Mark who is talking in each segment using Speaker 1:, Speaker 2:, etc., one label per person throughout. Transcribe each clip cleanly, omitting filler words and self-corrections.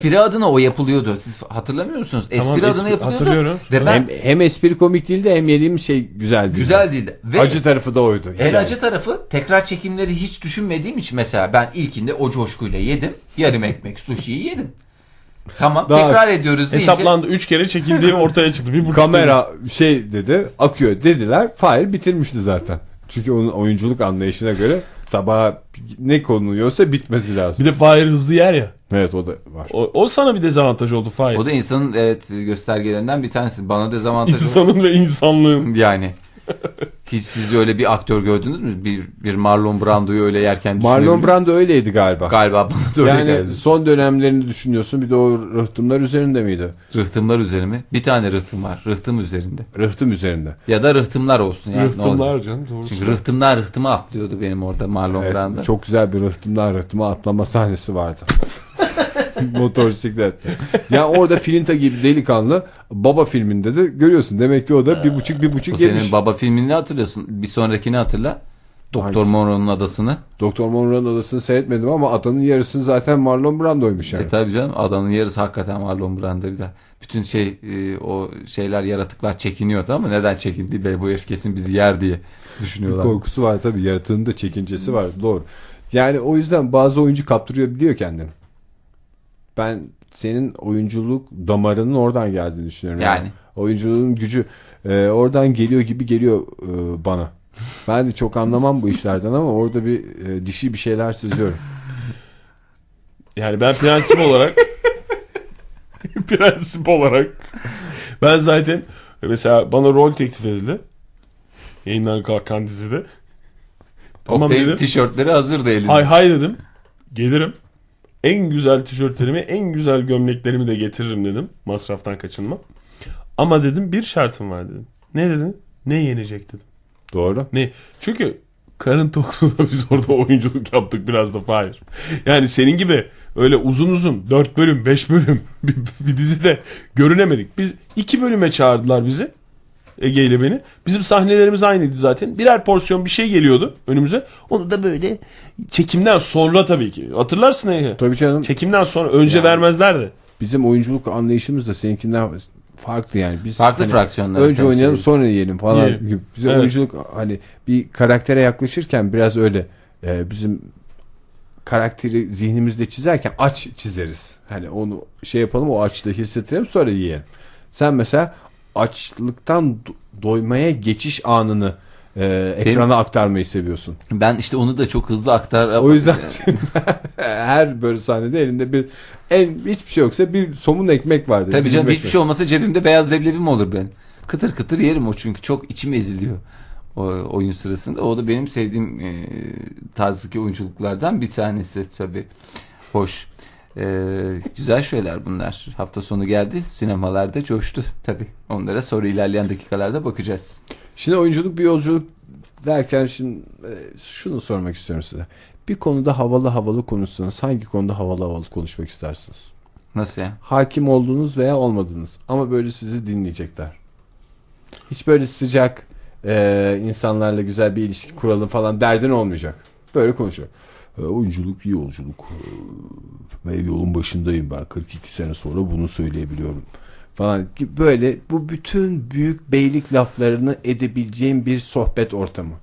Speaker 1: Espri adına o yapılıyordu. Siz hatırlamıyor musunuz?
Speaker 2: Tamam,
Speaker 1: Espri adına yapılıyordu.
Speaker 2: Hatırlıyorum.
Speaker 1: Ve ben
Speaker 3: Hem espri komik değildi hem yediğimiz şey güzel değildi.
Speaker 1: güzel değildi. Ve
Speaker 3: acı tarafı da oydu.
Speaker 1: en acı tarafı tekrar çekimleri hiç düşünmediğim için mesela ben ilkinde o coşkuyla yedim. Yarım ekmek sushi'yi yedim. Tamam
Speaker 3: Daha
Speaker 1: tekrar ediyoruz deyince.
Speaker 2: Hesaplandı 3 kere çekildiğim ortaya çıktı. 1,5
Speaker 3: Kamera şey dedi, akıyor dediler. Fahir bitirmişti zaten. Çünkü onun oyunculuk anlayışına göre sabah ne konuluyorsa bitmesi lazım.
Speaker 2: Bir de Fahir hızlı yer ya.
Speaker 3: Evet, o da var.
Speaker 2: O sana bir dezavantaj oldu Fahir.
Speaker 1: O da insanın göstergelerinden bir tanesi. Bana dezavantaj oldu.
Speaker 2: İnsanın ve insanlığın.
Speaker 1: Yani. Siz öyle bir aktör gördünüz mü? Bir Marlon Brando'yu öyle yerken
Speaker 3: Marlon Brando öyleydi galiba.
Speaker 1: Galiba bana da öyle
Speaker 3: yani
Speaker 1: geldi.
Speaker 3: son dönemlerini düşünüyorsun. Bir de o rıhtımlar üzerinde miydi?
Speaker 1: Rıhtımlar üzeri mi? Bir tane rıhtım var. Rıhtım üzerinde.
Speaker 3: Rıhtım üzerinde.
Speaker 1: Ya da rıhtımlar olsun. Yani
Speaker 2: Rıhtımlar canım. Doğru.
Speaker 1: Çünkü rıhtımlar atlıyordu benim orada Marlon
Speaker 3: Evet,
Speaker 1: Brando.
Speaker 3: çok güzel bir rıhtımdan rıhtıma atlama sahnesi vardı. Motosiklet. Yani orada Filinta gibi delikanlı Baba filminde de görüyorsun. Demek ki o da bir buçuk
Speaker 1: Bu
Speaker 3: yemiş.
Speaker 1: senin Baba filmini hatırlıyorsun. Bir sonrakini hatırla. Doktor Monroe'nun adasını.
Speaker 3: Doktor Monroe'nun adasını seyretmedim ama adanın yarısını zaten Marlon Brando'ymuş yani.
Speaker 1: Tabii canım adanın yarısı hakikaten Marlon Brando bir daha. Bütün o şeyler yaratıklar çekiniyordu ama neden çekindi? Be bu herif kesin bizi yer diye düşünüyorlar.
Speaker 3: Bir korkusu var tabii. Yaratığın da çekincesi var. Doğru. Yani o yüzden bazı oyuncu kaptırabiliyor kendini. Ben senin oyunculuk damarının oradan geldiğini düşünüyorum.
Speaker 1: Yani.
Speaker 3: Oyunculuğun gücü oradan geliyor gibi geliyor bana. Ben de çok anlamam bu işlerden ama orada bir dişi bir şeyler seziyorum.
Speaker 2: Yani ben prensip olarak ben zaten mesela bana rol teklif edildi. Yayından kalkan dizide. Tamam dedim.
Speaker 1: Tişörtleri hazırdı elinde.
Speaker 2: Hay dedim. Gelirim. En güzel tişörtlerimi, en güzel gömleklerimi de getiririm dedim. Masraftan kaçınma. Ama dedim bir şartım var dedim. Ne dedin? Ne yenecek dedim.
Speaker 3: Doğru.
Speaker 2: Ne? Çünkü karın tokluğunda biz orada oyunculuk yaptık biraz da Fahir. Yani senin gibi öyle uzun 4 bölüm 5 bölüm bir dizide görünemedik. Biz 2 bölüme çağırdılar bizi. Ege ile beni. Bizim sahnelerimiz aynıydı zaten. Birer porsiyon bir şey geliyordu önümüze. Onu da böyle çekimden sonra tabii ki. Hatırlarsın Ege.
Speaker 3: Tabii canım.
Speaker 2: Çekimden sonra önce
Speaker 3: yani,
Speaker 2: vermezlerdi.
Speaker 3: Bizim oyunculuk anlayışımız da seninkinden farklı yani. Biz
Speaker 1: farklı fraksiyonlar.
Speaker 3: Önce oynayalım sonra yiyelim falan. Bizim
Speaker 2: evet.
Speaker 3: oyunculuk hani bir karaktere yaklaşırken biraz öyle bizim karakteri zihnimizde çizerken aç çizeriz. Hani onu şey yapalım, o açlığı hissettirelim sonra yiyelim. Sen mesela açlıktan doymaya geçiş anını ekrana aktarmayı seviyorsun.
Speaker 1: Ben işte onu da çok hızlı
Speaker 3: O yüzden her böyle sahnede elinde hiçbir şey yoksa bir somun ekmek vardır.
Speaker 1: Tabii canım hiçbir şey olmasa cebimde beyaz leblebim olur ben. Kıtır kıtır yerim o çünkü çok içim eziliyor o oyun sırasında. O da benim sevdiğim tarzdaki oyunculuklardan bir tanesi tabii. Hoş. Güzel şeyler bunlar. Hafta sonu geldi. Sinemalarda coştu tabii. Onlara sonra ilerleyen dakikalarda bakacağız.
Speaker 3: Şimdi oyunculuk bir yolculuk derken şimdi şunu sormak istiyorum size. Bir konuda havalı konuşsanız hangi konuda havalı konuşmak istersiniz?
Speaker 1: Nasıl ya?
Speaker 3: Hakim olduğunuz veya olmadığınız ama böyle sizi dinleyecekler. Hiç böyle sıcak insanlarla güzel bir ilişki kuralım falan derdin olmayacak. Böyle konuşuyor. Oyunculuk bir yolculuk ve yolun başındayım ben. 42 sene sonra bunu söyleyebiliyorum falan. Böyle bu bütün büyük beylik laflarını edebileceğim bir sohbet ortamı.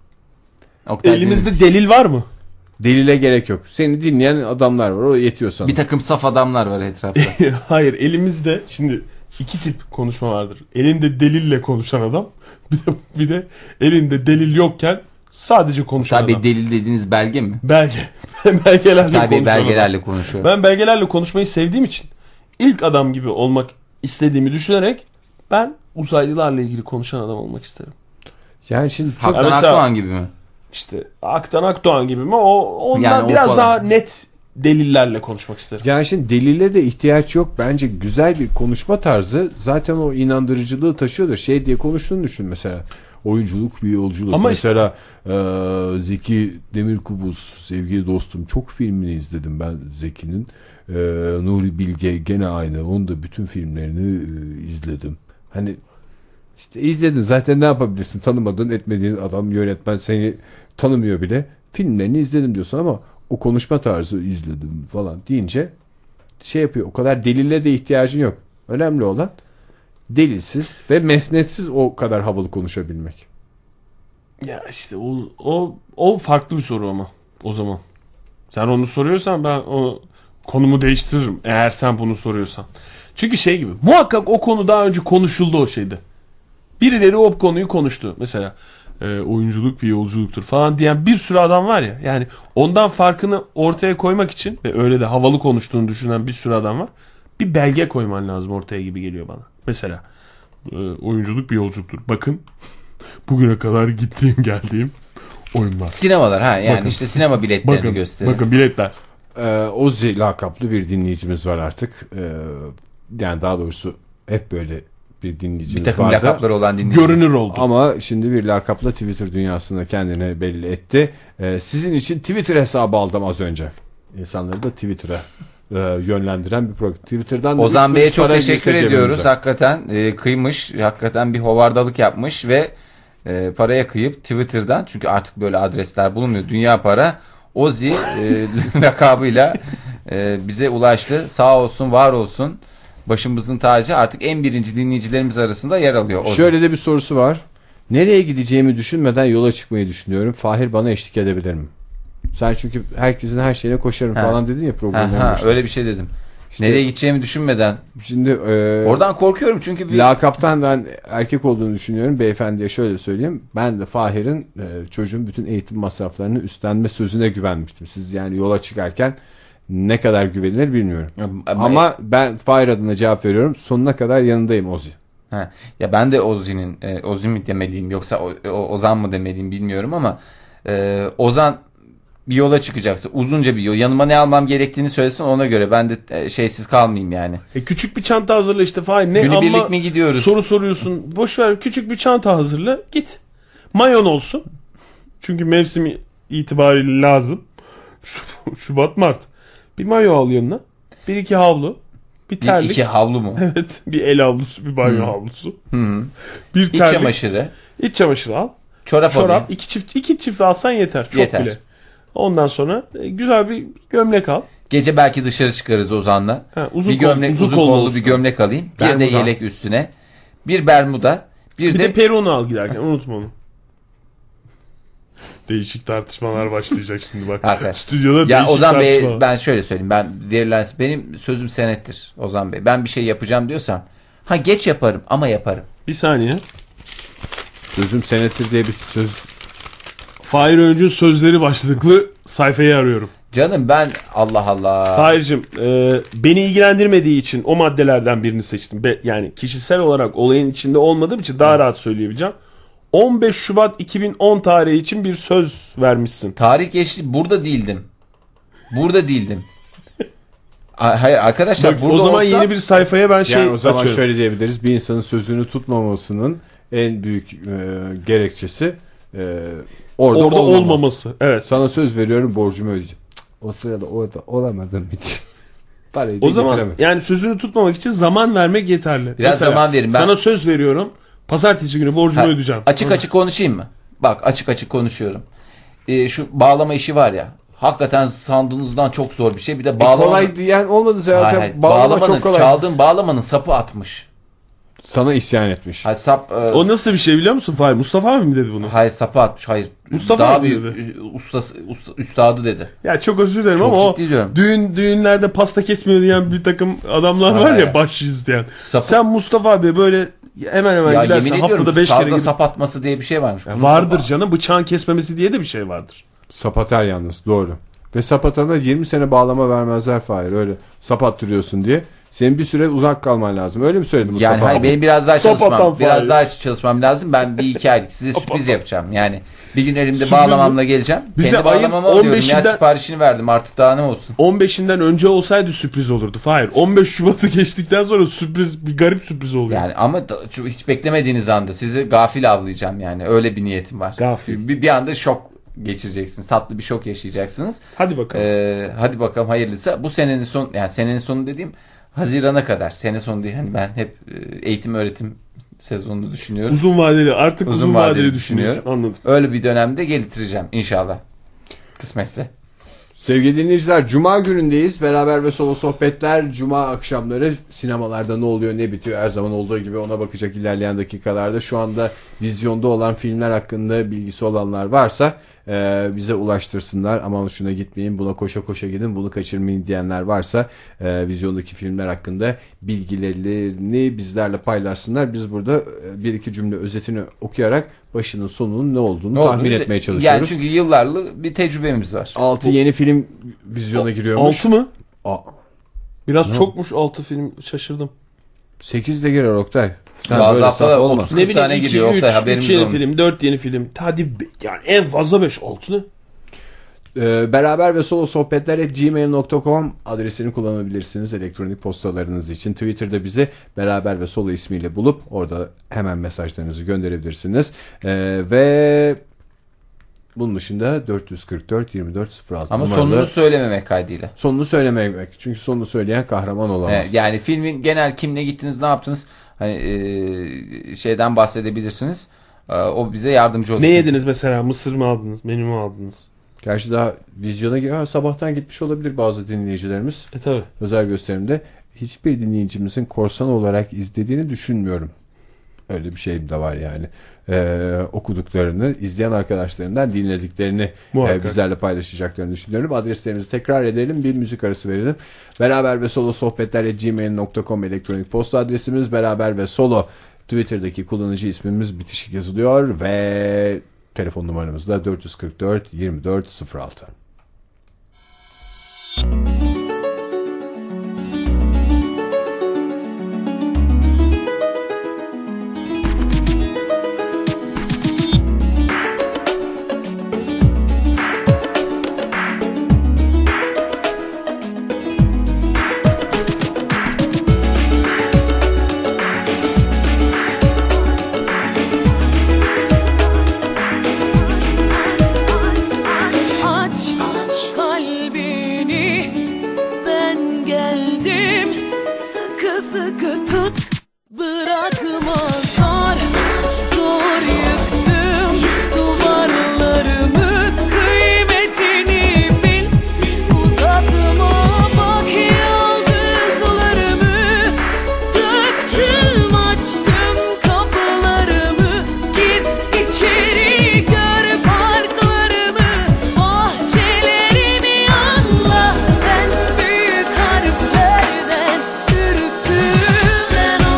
Speaker 2: Elimizde delil var mı?
Speaker 3: Delile gerek yok. Seni dinleyen adamlar var. O yetiyor sana.
Speaker 1: Bir takım saf adamlar var etrafta.
Speaker 2: Hayır, elimizde şimdi 2 tip konuşma vardır. Elinde delille konuşan adam, bir de elinde delil yokken sadece konuşan
Speaker 1: Tabii
Speaker 2: adam.
Speaker 1: delil dediğiniz belge mi?
Speaker 2: Belge. Belgelerle
Speaker 1: Tabii
Speaker 2: konuşan
Speaker 1: belgelerle
Speaker 2: adam.
Speaker 1: konuşuyor.
Speaker 2: Ben belgelerle konuşmayı sevdiğim için ilk adam gibi olmak istediğimi düşünerek ben uzaylılarla ilgili konuşan adam olmak isterim.
Speaker 3: Yani şimdi çok
Speaker 1: Haktan
Speaker 2: mesela-
Speaker 1: Akdoğan gibi mi?
Speaker 2: İşte Aktan Akdoğan gibi mi? Ondan
Speaker 1: Yani o
Speaker 2: biraz
Speaker 1: falan.
Speaker 2: daha net delillerle konuşmak isterim.
Speaker 3: yani şimdi delile de ihtiyaç yok. Bence güzel bir konuşma tarzı zaten o inandırıcılığı taşıyordur. Şey diye konuştuğunu düşün mesela. Oyunculuk bir yolculuk.
Speaker 2: Ama
Speaker 3: mesela Zeki Demirkubuz, sevgili dostum, çok filmini izledim ben Zeki'nin. Nuri Bilge gene aynı. Onun da bütün filmlerini izledim. Hani işte izledin zaten, ne yapabilirsin? Tanımadığın etmediğin adam, yönetmen seni tanımıyor bile. Filmlerini izledim diyorsun ama o konuşma tarzı izledim falan deyince şey yapıyor. O kadar delille de ihtiyacın yok. Önemli olan delilsiz ve mesnetsiz o kadar havalı konuşabilmek.
Speaker 2: Ya işte o farklı bir soru ama o zaman. Sen onu soruyorsan ben o konumu değiştiririm eğer sen bunu soruyorsan. Çünkü şey gibi muhakkak o konu daha önce konuşuldu o şeyde. Birileri o konuyu konuştu. Mesela oyunculuk bir yolculuktur falan diyen bir sürü adam var ya. Yani ondan farkını ortaya koymak için ve öyle de havalı konuştuğunu düşünen bir sürü adam var. Bir belge koyman lazım ortaya gibi geliyor bana. Mesela oyunculuk bir yolculuktur. Bakın bugüne kadar gittiğim geldiğim oyunlar.
Speaker 1: Sinemalar yani
Speaker 2: Bakın.
Speaker 1: işte sinema biletlerini gösterin.
Speaker 2: Bakın biletler.
Speaker 3: Ozzy lakaplı bir dinleyicimiz var artık. Yani daha doğrusu hep böyle bir dinleyicimiz
Speaker 1: Bir takım
Speaker 3: vardı.
Speaker 1: lakapları olan dinleyici.
Speaker 2: Görünür oldu.
Speaker 3: Ama şimdi bir lakapla Twitter dünyasında kendini belli etti. Sizin için Twitter hesabı aldım az önce. İnsanları da Twitter'a yönlendiren bir program. Twitter'dan da
Speaker 1: Ozan
Speaker 3: 3
Speaker 1: Bey'e
Speaker 3: kuruş
Speaker 1: çok
Speaker 3: para
Speaker 1: teşekkür
Speaker 3: girse
Speaker 1: ediyoruz.
Speaker 3: cebimize.
Speaker 1: Hakikaten kıymış. Hakikaten bir hovardalık yapmış ve paraya kıyıp Twitter'dan, çünkü artık böyle adresler bulunmuyor. Dünya para Ozzy lakabıyla bize ulaştı. Sağ olsun, var olsun. Başımızın tacı, artık en birinci dinleyicilerimiz arasında yer alıyor Ozzy.
Speaker 3: Şöyle de bir sorusu var. Nereye gideceğimi düşünmeden yola çıkmayı düşünüyorum. Fahir bana eşlik edebilir mi? Sen çünkü herkesin her şeyine koşarım falan dedin ya programın başında.
Speaker 1: Öyle bir şey dedim.
Speaker 3: İşte-
Speaker 1: Nereye gideceğimi düşünmeden.
Speaker 3: Şimdi
Speaker 1: Oradan korkuyorum çünkü bir...
Speaker 3: lakaptan ben erkek olduğunu düşünüyorum. Beyefendiye şöyle söyleyeyim. Ben de Fahir'in çocuğun bütün eğitim masraflarını üstlenme sözüne güvenmiştim. Siz yani yola çıkarken ne kadar güvenilir bilmiyorum. Ama ben Fahir adına cevap veriyorum. Sonuna kadar yanındayım Ozzy.
Speaker 1: Ha. Ya ben de Ozzy'nin Ozzy mi demeliyim yoksa Ozan mı demeliyim bilmiyorum ama Ozan bir yola çıkacaksa, uzunca bir yol, yanıma ne almam gerektiğini söylesin, ona göre ben de şeysiz kalmayayım yani.
Speaker 2: Küçük bir çanta hazırla işte Fahir. Ne
Speaker 1: Günübirlik
Speaker 2: ama
Speaker 1: mi gidiyoruz?
Speaker 2: soru soruyorsun. Boş ver, küçük bir çanta hazırla git. Mayon olsun. Çünkü mevsimi itibariyle lazım. Şubat Mart. Bir mayo al yanına. Bir iki havlu. Bir terlik.
Speaker 1: İki havlu mu?
Speaker 2: Evet, bir el havlusu, bir banyo havlusu. Bir
Speaker 1: İç
Speaker 2: terlik.
Speaker 1: çamaşırı.
Speaker 2: İç çamaşırı al.
Speaker 1: Çorap alayım.
Speaker 2: Çorap. iki çift alsan yeter. Çok
Speaker 1: Yeter.
Speaker 2: bile. Ondan sonra güzel bir gömlek al.
Speaker 1: Gece belki dışarı çıkarız Ozan'la.
Speaker 2: Uzun
Speaker 1: Bir gömlek,
Speaker 2: uzun
Speaker 1: uzun
Speaker 2: kollu
Speaker 1: kollu
Speaker 2: olsun.
Speaker 1: bir gömlek alayım. Bir de
Speaker 3: Bermuda.
Speaker 1: yelek üstüne. Bir bermuda.
Speaker 2: Bir de peronu al giderken, unutma onu. Değişik tartışmalar başlayacak şimdi bak.
Speaker 1: Hakikaten.
Speaker 2: Stüdyoda
Speaker 1: Ya
Speaker 2: değişik
Speaker 1: Ozan Bey,
Speaker 2: tartışmalar.
Speaker 1: ben şöyle söyleyeyim. Benim sözüm senettir Ozan Bey. Ben bir şey yapacağım diyorsam, geç yaparım ama yaparım.
Speaker 2: Bir saniye.
Speaker 3: Sözüm senettir diye bir söz.
Speaker 2: Fahir Öğüncü'nün sözleri başlıklı sayfayı arıyorum.
Speaker 1: Canım ben Allah Allah.
Speaker 2: Fahir'cim beni ilgilendirmediği için o maddelerden birini seçtim. Yani kişisel olarak olayın içinde olmadığım için daha rahat söyleyebileceğim. 15 Şubat 2010 tarihi için bir söz vermişsin.
Speaker 1: Tarih geçti, burada değildim. Burada değildim. Hayır arkadaşlar,
Speaker 2: Bak,
Speaker 1: burada
Speaker 2: o zaman
Speaker 1: olsa...
Speaker 2: yeni bir sayfaya ben
Speaker 3: Yani o zaman
Speaker 2: açıyorum.
Speaker 3: şöyle diyebiliriz. Bir insanın sözünü tutmamasının en büyük gerekçesi orada
Speaker 2: olmaması. Evet.
Speaker 3: Sana söz veriyorum, borcumu ödeyeceğim. Cık, o sırada orada olamadığım için. Parayı da
Speaker 2: O zaman
Speaker 3: getiremem.
Speaker 2: yani sözünü tutmamak için zaman vermek yeterli.
Speaker 1: Biraz zaman verin.
Speaker 2: Sana söz veriyorum. Pazartesi günü borcumu ödeyeceğim.
Speaker 1: Açık konuşayım mı? Bak, açık konuşuyorum. Şu bağlama işi var ya. Hakikaten sandığınızdan çok zor bir şey. Bir de bağlama...
Speaker 3: Kolay diyen olmadı zaten.
Speaker 1: Hayır,
Speaker 3: Bağlama çok kolay.
Speaker 1: Çaldığın bağlamanın sapı atmış.
Speaker 3: Sana isyan etmiş.
Speaker 1: Hayır, sap...
Speaker 2: O nasıl bir şey biliyor musun Fahir? Mustafa abi mi dedi bunu?
Speaker 1: Hayır, sapı atmış. Hayır.
Speaker 2: Mustafa
Speaker 1: daha
Speaker 2: abi
Speaker 1: büyük üstadı dedi.
Speaker 2: Ya çok özür dilerim
Speaker 1: Çok
Speaker 2: ama o
Speaker 1: ciddi diyorum.
Speaker 2: düğünlerde pasta kesmiyor diyen bir takım adamlar
Speaker 1: Ha,
Speaker 2: var ya
Speaker 1: ya.
Speaker 2: başsız diyen.
Speaker 1: Sapı-
Speaker 2: Sen Mustafa abi böyle hemen
Speaker 1: Ya
Speaker 2: gidersen
Speaker 1: yemin
Speaker 2: haftada
Speaker 1: ediyorum,
Speaker 2: 5 kere
Speaker 1: sazda
Speaker 2: gidip...
Speaker 1: sap atması diye bir şey varmış. Bunun
Speaker 2: Vardır
Speaker 1: sapı-
Speaker 2: canım, bıçağın kesmemesi diye de bir şey vardır.
Speaker 3: Sapater yalnız, doğru. Ve sapatana 20 sene bağlama vermezler Fahir. Öyle sap attırıyorsun diye. Senin bir süre uzak kalman lazım. Öyle mi söyledin Mustafa?
Speaker 1: Yani hayır, benim biraz daha
Speaker 2: Sap atan
Speaker 1: çalışmam. Biraz
Speaker 2: Fahir.
Speaker 1: daha çalışmam lazım. Ben bir iki aylık size
Speaker 2: Sap
Speaker 1: sürpriz
Speaker 2: atan.
Speaker 1: yapacağım. Yani bir gün elimde
Speaker 2: Sürpriz
Speaker 1: bağlamamla geleceğim.
Speaker 2: Bize
Speaker 1: Kendi
Speaker 2: ayın
Speaker 1: bağlamamı alıyorum. Ya
Speaker 2: 15'inden
Speaker 1: siparişini verdim, artık daha ne olsun.
Speaker 2: 15'inden önce olsaydı sürpriz olurdu Fahir. 15 Şubat'ı geçtikten sonra sürpriz, bir garip sürpriz oluyor.
Speaker 1: Yani ama hiç beklemediğiniz anda sizi gafil avlayacağım yani. Öyle bir niyetim var.
Speaker 2: Gafil.
Speaker 1: Bir anda şok geçireceksiniz. Tatlı bir şok yaşayacaksınız.
Speaker 2: Hadi bakalım.
Speaker 1: Hadi bakalım hayırlısı. Bu senenin son, yani senenin sonu dediğim Haziran'a kadar. Sene sonu değil. Hani ben hep eğitim öğretim sezonunu düşünüyorum.
Speaker 2: Uzun vadeli, artık uzun vadeli
Speaker 1: vadeli
Speaker 2: düşünüyorsun. Anladım.
Speaker 1: Öyle bir dönemde getireceğim inşallah. Kısmetse.
Speaker 3: Sevgili dinleyiciler, Cuma günündeyiz. Beraber ve solo sohbetler Cuma akşamları sinemalarda ne oluyor ne bitiyor her zaman olduğu gibi ona bakacak ilerleyen dakikalarda. Şu anda vizyonda olan filmler hakkında bilgisi olanlar varsa bize ulaştırsınlar. Aman şuna gitmeyin, buna koşa koşa gidin, bunu kaçırmayın diyenler varsa vizyondaki filmler hakkında bilgilerini bizlerle paylaşsınlar. Biz burada bir iki cümle özetini okuyarak başının sonunun ne olduğunu tahmin etmeye çalışıyoruz.
Speaker 1: Yani çünkü yıllarlık bir tecrübemiz var.
Speaker 3: 6 yeni film vizyona giriyormuş.
Speaker 2: 6 mı?
Speaker 3: Aa,
Speaker 2: Biraz çokmuş 6 film, şaşırdım.
Speaker 3: 8 de girer Oktay. Sen
Speaker 1: Bazı
Speaker 3: böyle
Speaker 1: hafta
Speaker 3: saf olma.
Speaker 1: 30 tane
Speaker 2: 2,
Speaker 1: gidiyor
Speaker 2: 3,
Speaker 1: Oktay, haberimiz
Speaker 2: 3 yeni
Speaker 1: olmuyor.
Speaker 2: film, 4 yeni film. Hadi yani en fazla 5, 6 ne?
Speaker 3: Beraber ve solo sohbetler @gmail.com adresini kullanabilirsiniz elektronik postalarınız için. Twitter'da bizi beraber ve solo ismiyle bulup orada hemen mesajlarınızı gönderebilirsiniz. Ve bunun dışında 444 24 06
Speaker 1: Ama
Speaker 3: numaralı.
Speaker 1: sonunu söylememek kaydıyla.
Speaker 3: Sonunu söylememek. Çünkü sonunu söyleyen kahraman olamaz.
Speaker 1: Evet, yani filmin genel kimle gittiniz, ne yaptınız? Hani şeyden bahsedebilirsiniz. O bize yardımcı olur.
Speaker 2: Ne yediniz mesela? Mısır mı aldınız? Menü mü aldınız?
Speaker 3: Gerçi daha vizyona giriyor. Sabahtan gitmiş olabilir bazı dinleyicilerimiz.
Speaker 2: Tabii.
Speaker 3: Özel gösterimde. Hiçbir dinleyicimizin korsan olarak izlediğini düşünmüyorum. Öyle bir şey de var yani. Okuduklarını, izleyen arkadaşlarından dinlediklerini bizlerle paylaşacaklarını düşünüyorum. Adreslerimizi tekrar edelim. Bir müzik arası verelim. Beraber ve solo sohbetler @gmail.com elektronik posta adresimiz. Beraber ve solo Twitter'daki kullanıcı ismimiz bitişik yazılıyor ve telefon numaramız da 444 24 06.
Speaker 4: Ben büyük harflerden ürktüm, ben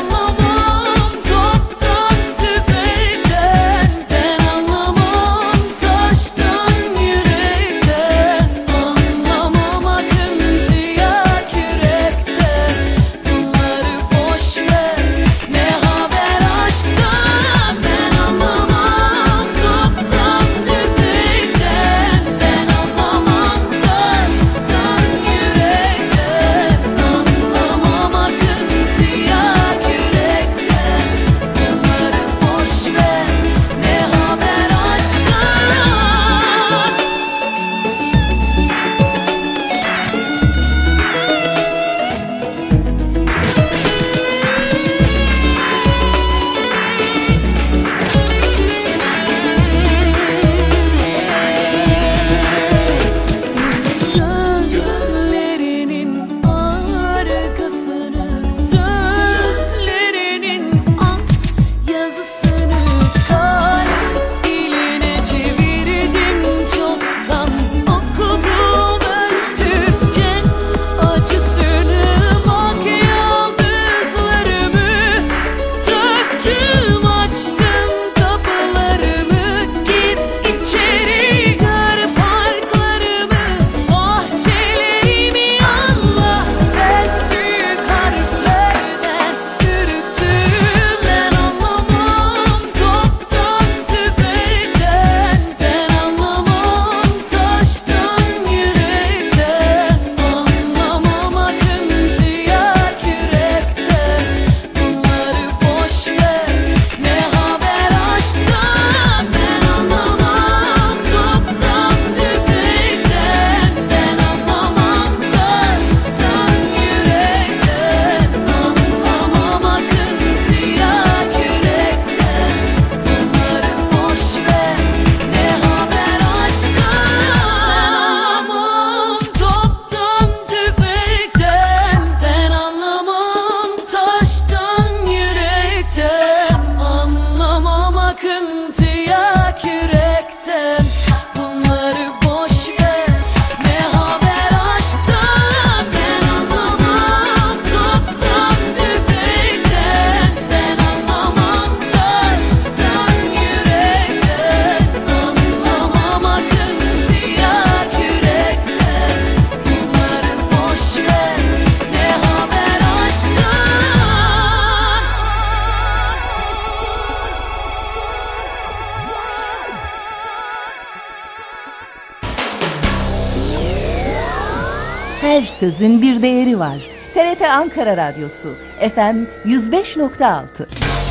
Speaker 4: Sözün bir değeri var. TRT Ankara Radyosu FM 105.6.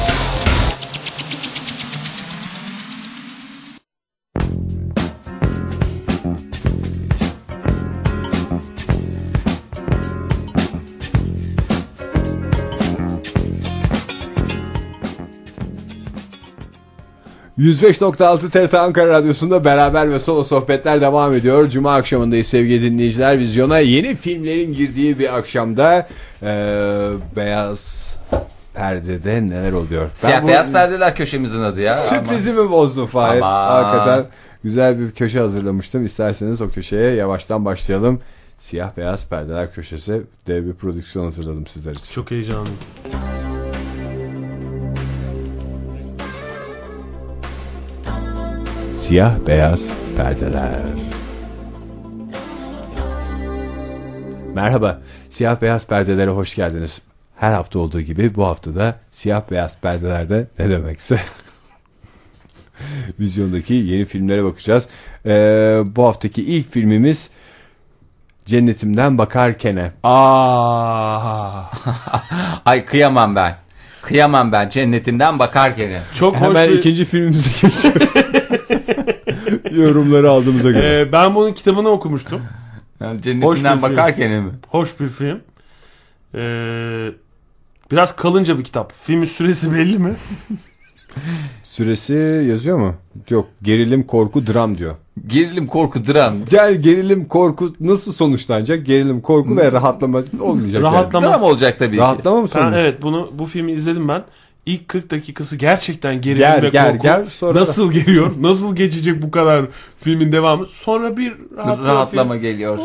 Speaker 3: ...105.6 TRT Ankara Radyosu'nda beraber ve solo sohbetler devam ediyor. Cuma akşamındayız sevgili dinleyiciler. Vizyona yeni filmlerin girdiği bir akşamda... beyaz perdede neler oluyor?
Speaker 1: Siyah beyaz perdeler köşemizin adı ya.
Speaker 3: Sürprizimi bozdum Fahir.
Speaker 1: Aman.
Speaker 3: Hakikaten güzel bir köşe hazırlamıştım. İsterseniz o köşeye yavaştan başlayalım. Siyah beyaz perdeler köşesi, dev bir prodüksiyon hazırladım sizler için.
Speaker 2: Çok heyecanlıyım.
Speaker 3: Siyah beyaz perdeler. Merhaba, siyah beyaz perdelere hoş geldiniz. Her hafta olduğu gibi bu hafta da siyah beyaz perdelerde ne demekse vizyondaki yeni filmlere bakacağız. Bu haftaki ilk filmimiz Cennetimden Bakarken'e.
Speaker 1: Ay kıyamam ben. Kıyamam ben cennetimden bakarken.
Speaker 2: Çok hoş
Speaker 3: Hemen
Speaker 2: bir...
Speaker 3: ikinci filmimizi geçiyoruz. Yorumları aldığımıza göre.
Speaker 2: Ben bunun kitabını okumuştum.
Speaker 1: Yani cennetimden bakarken mi?
Speaker 2: Hoş bir film. Biraz kalınca bir kitap. Filmin süresi belli mi?
Speaker 3: Süresi yazıyor mu? Yok. Gerilim, korku, dram diyor.
Speaker 1: Gerilim, korku, dram.
Speaker 3: Gerilim, korku nasıl sonuçlanacak? Gerilim, korku ve rahatlama olmayacak.
Speaker 2: Rahatlama.
Speaker 1: Dram olacak tabii ki.
Speaker 3: Rahatlama mı sonu?
Speaker 2: Evet, bu filmi izledim ben. İlk 40 dakikası gerçekten gerilim ve korku.
Speaker 3: Gel, sonra
Speaker 2: nasıl geliyor? Nasıl geçecek bu kadar filmin devamı? Sonra bir
Speaker 1: rahatlama geliyor.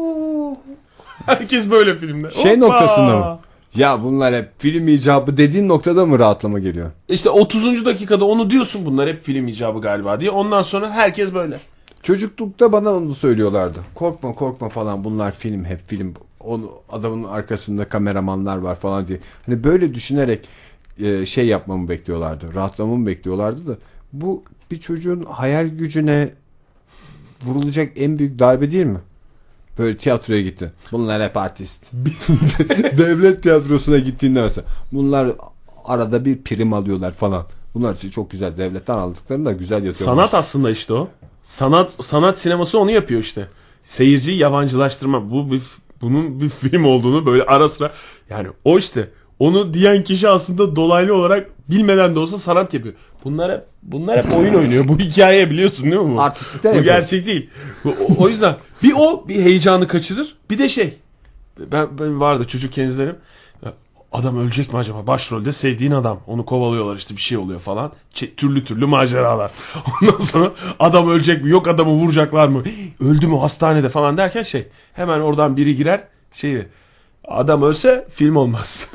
Speaker 2: Herkes böyle filmde.
Speaker 3: Şey noktasında mı? Ya bunlar hep film icabı dediğin noktada mı rahatlama geliyor?
Speaker 2: İşte 30. dakikada onu diyorsun, bunlar hep film icabı galiba diye. Ondan sonra herkes böyle.
Speaker 3: Çocuklukta bana onu söylüyorlardı. Korkma korkma falan, bunlar film, hep film. Onu, adamın arkasında kameramanlar var falan diye. Hani böyle düşünerek şey yapmamı bekliyorlardı. Rahatlamamı bekliyorlardı da. Bu bir çocuğun hayal gücüne vurulacak en büyük darbe değil mi? Böyle tiyatroya gitti. Bunlar hep artist. Devlet tiyatrosuna gittiğinde mesela. Bunlar arada bir prim alıyorlar falan. Bunlar için çok güzel. Devletten aldıklarını da güzel yazıyorlar.
Speaker 2: Sanat aslında işte o. Sanat sineması onu yapıyor işte. Seyirciyi yabancılaştırma. Bunun bir film olduğunu böyle ara sıra, yani o işte. Onu diyen kişi aslında dolaylı olarak bilmeden de olsa sanat yapıyor. Bunlar hep oyun oynuyor. Bu hikaye, biliyorsun değil mi bu?
Speaker 3: Artistlikten
Speaker 2: bu
Speaker 3: yapıyor.
Speaker 2: gerçek değil. O yüzden bir heyecanı kaçırır. Bir de şey. Ben vardı çocukken izlerim. Adam ölecek mi acaba? Başrolde sevdiğin adam. Onu kovalıyorlar, işte bir şey oluyor falan. Türlü maceralar. Ondan sonra adam ölecek mi? Yok, adamı vuracaklar mı? Öldü mü hastanede falan derken hemen oradan biri girer. Adam ölse film olmaz.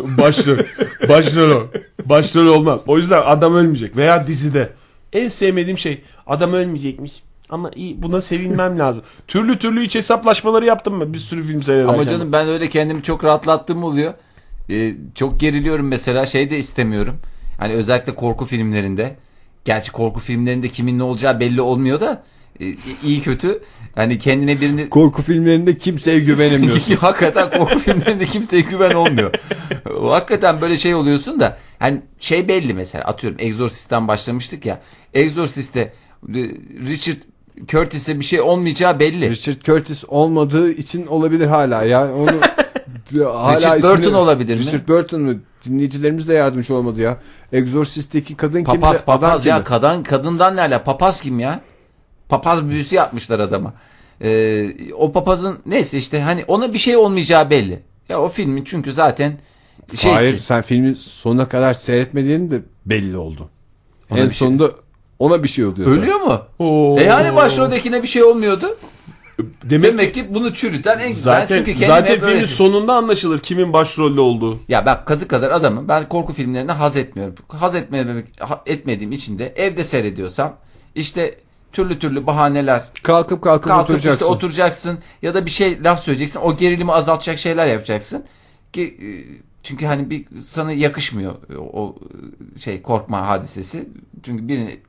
Speaker 2: Başrol o. Başrol olmaz. O yüzden adam ölmeyecek. Veya dizide. En sevmediğim şey, adam ölmeyecekmiş. Ama iyi, buna sevinmem lazım. Türlü iç hesaplaşmaları yaptım ben bir sürü film seyrederken.
Speaker 1: Ama canım ben öyle kendimi çok rahatlattığım oluyor. Çok geriliyorum mesela, de istemiyorum. Hani özellikle korku filmlerinde. Gerçi korku filmlerinde kimin ne olacağı belli olmuyor da iyi kötü. Hani kendine birini...
Speaker 3: Korku filmlerinde kimseye güvenemiyorsun.
Speaker 1: Hakikaten korku filmlerinde kimseye güven olmuyor. Hakikaten böyle oluyorsun da. Hani belli mesela, atıyorum Exorcist'ten başlamıştık ya. Exorcist'te Richard Curtis'e bir şey olmayacağı belli.
Speaker 3: Richard Curtis olmadığı için olabilir hala ya. Onu hala
Speaker 1: Richard Burton olabilir mi?
Speaker 3: Richard Burton mu? Dinleyicilerimiz de yardımcı olmadı ya. Exorcist'teki kadın kimdi?
Speaker 1: Papaz ya,
Speaker 3: kimdi?
Speaker 1: kadından ne ala? Papaz kim ya? Papaz büyüsü yapmışlar adama. O papazın neyse işte, hani ona bir şey olmayacağı belli. Ya o filmin çünkü zaten
Speaker 3: Hayır, sen filmi sonuna kadar seyretmediğin de belli oldu.
Speaker 1: Ona
Speaker 3: en
Speaker 1: bir şey-
Speaker 3: sonunda ona bir şey oluyor.
Speaker 1: ölüyor mu? Hani başroldekine bir şey olmuyordu? Demek ki bunu çürüten en güzel.
Speaker 2: Zaten
Speaker 1: Çünkü kendime
Speaker 2: filmin
Speaker 1: böyle...
Speaker 2: sonunda anlaşılır kimin başrolde olduğu.
Speaker 1: Ya bak, kazık kadar adamım. Ben korku filmlerinden haz etmiyorum. Etmediğim için de evde seyrediyorsam işte türlü bahaneler.
Speaker 3: Kalkıp oturacaksın.
Speaker 1: Işte oturacaksın ya da bir şey laf söyleyeceksin. O gerilimi azaltacak şeyler yapacaksın. Ki çünkü hani sana yakışmıyor o korkma hadisesi. Çünkü birini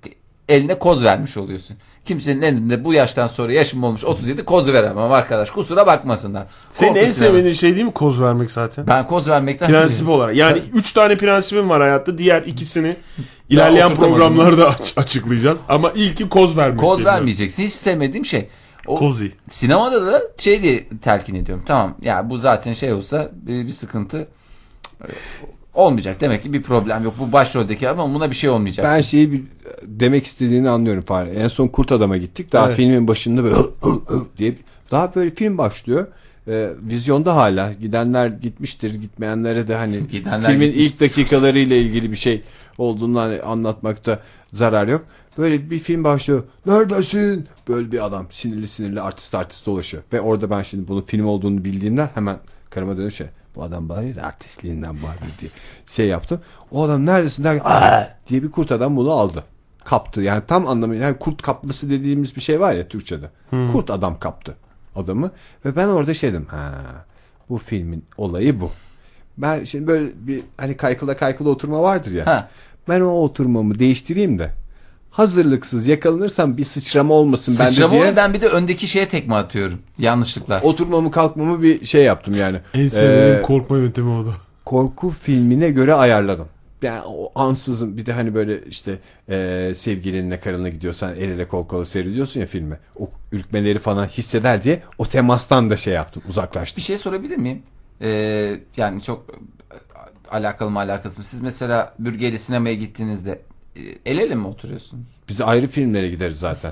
Speaker 1: eline koz vermiş oluyorsun. Kimsenin elinde bu yaştan sonra yaşım olmuş 37 koz veremem arkadaş. Kusura bakmasınlar.
Speaker 2: Senin en
Speaker 1: Korku sinema.
Speaker 2: sevmediğin şey değil mi koz vermek zaten?
Speaker 1: Ben koz vermekten
Speaker 2: Prensip olarak. Yani 3 tane prensibim var hayatta. Diğer ikisini ilerleyen
Speaker 1: oturtamadım.
Speaker 2: programlarda açıklayacağız. Ama ilki koz vermek.
Speaker 1: koz
Speaker 2: geliyor.
Speaker 1: vermeyeceksin. Hiç sevmediğim şey. O
Speaker 2: Kozi.
Speaker 1: sinemada da şey diye telkin ediyorum. Tamam ya bu zaten şey olsa bir sıkıntı olmayacak. Demek ki bir problem yok. Bu başroldeki ama buna bir şey olmayacak.
Speaker 3: Ben demek istediğini anlıyorum Fahri. En son Kurt Adam'a gittik. Daha
Speaker 2: Evet.
Speaker 3: filmin başında böyle diye daha böyle film başlıyor. Vizyonda hala. Gidenler gitmiştir. Gitmeyenlere de hani
Speaker 1: Gidenler
Speaker 3: filmin
Speaker 1: gitmiştir.
Speaker 3: ilk dakikalarıyla ilgili bir şey olduğundan anlatmakta zarar yok. Böyle bir film başlıyor. Neredesin? Böyle bir adam sinirli artist dolaşıyor. Ve orada ben şimdi bunun film olduğunu bildiğimden hemen karıma dönüp bu adam bari de artistliğinden bari diye şey yaptım. O adam neredesin derken diye bir kurt adam bunu aldı. Kaptı. Yani tam anlamıyla yani kurt kapması dediğimiz bir şey var ya Türkçe'de. Kurt adam kaptı adamı ve ben orada dedim. Bu filmin olayı bu. Ben şimdi böyle bir hani kaykıla oturma vardır ya.
Speaker 1: Ha.
Speaker 3: Ben o oturmamı değiştireyim de hazırlıksız yakalanırsam bir sıçrama olmasın bende
Speaker 1: Sıçrama
Speaker 3: diye.
Speaker 1: oluyor, ben bir de öndeki şeye tekme atıyorum. Yanlışlıkla.
Speaker 3: Oturmamı kalkmamı bir şey yaptım yani.
Speaker 2: En sevdiğim
Speaker 3: Ee,
Speaker 2: korkma yöntemi o da.
Speaker 3: korku filmine göre ayarladım. Yani o ansızın bir de hani böyle işte sevgilinle karınla gidiyorsan el ele kol kola seyrediyorsun ya filmi. O ürkmeleri falan hisseder diye o temastan da şey yaptım, uzaklaştım.
Speaker 1: Bir şey sorabilir miyim? Yani çok alakalı mı alakasız mı? Siz mesela bürgeyle sinemaya gittiğinizde el ele mi oturuyorsunuz?
Speaker 3: Biz ayrı filmlere gideriz zaten.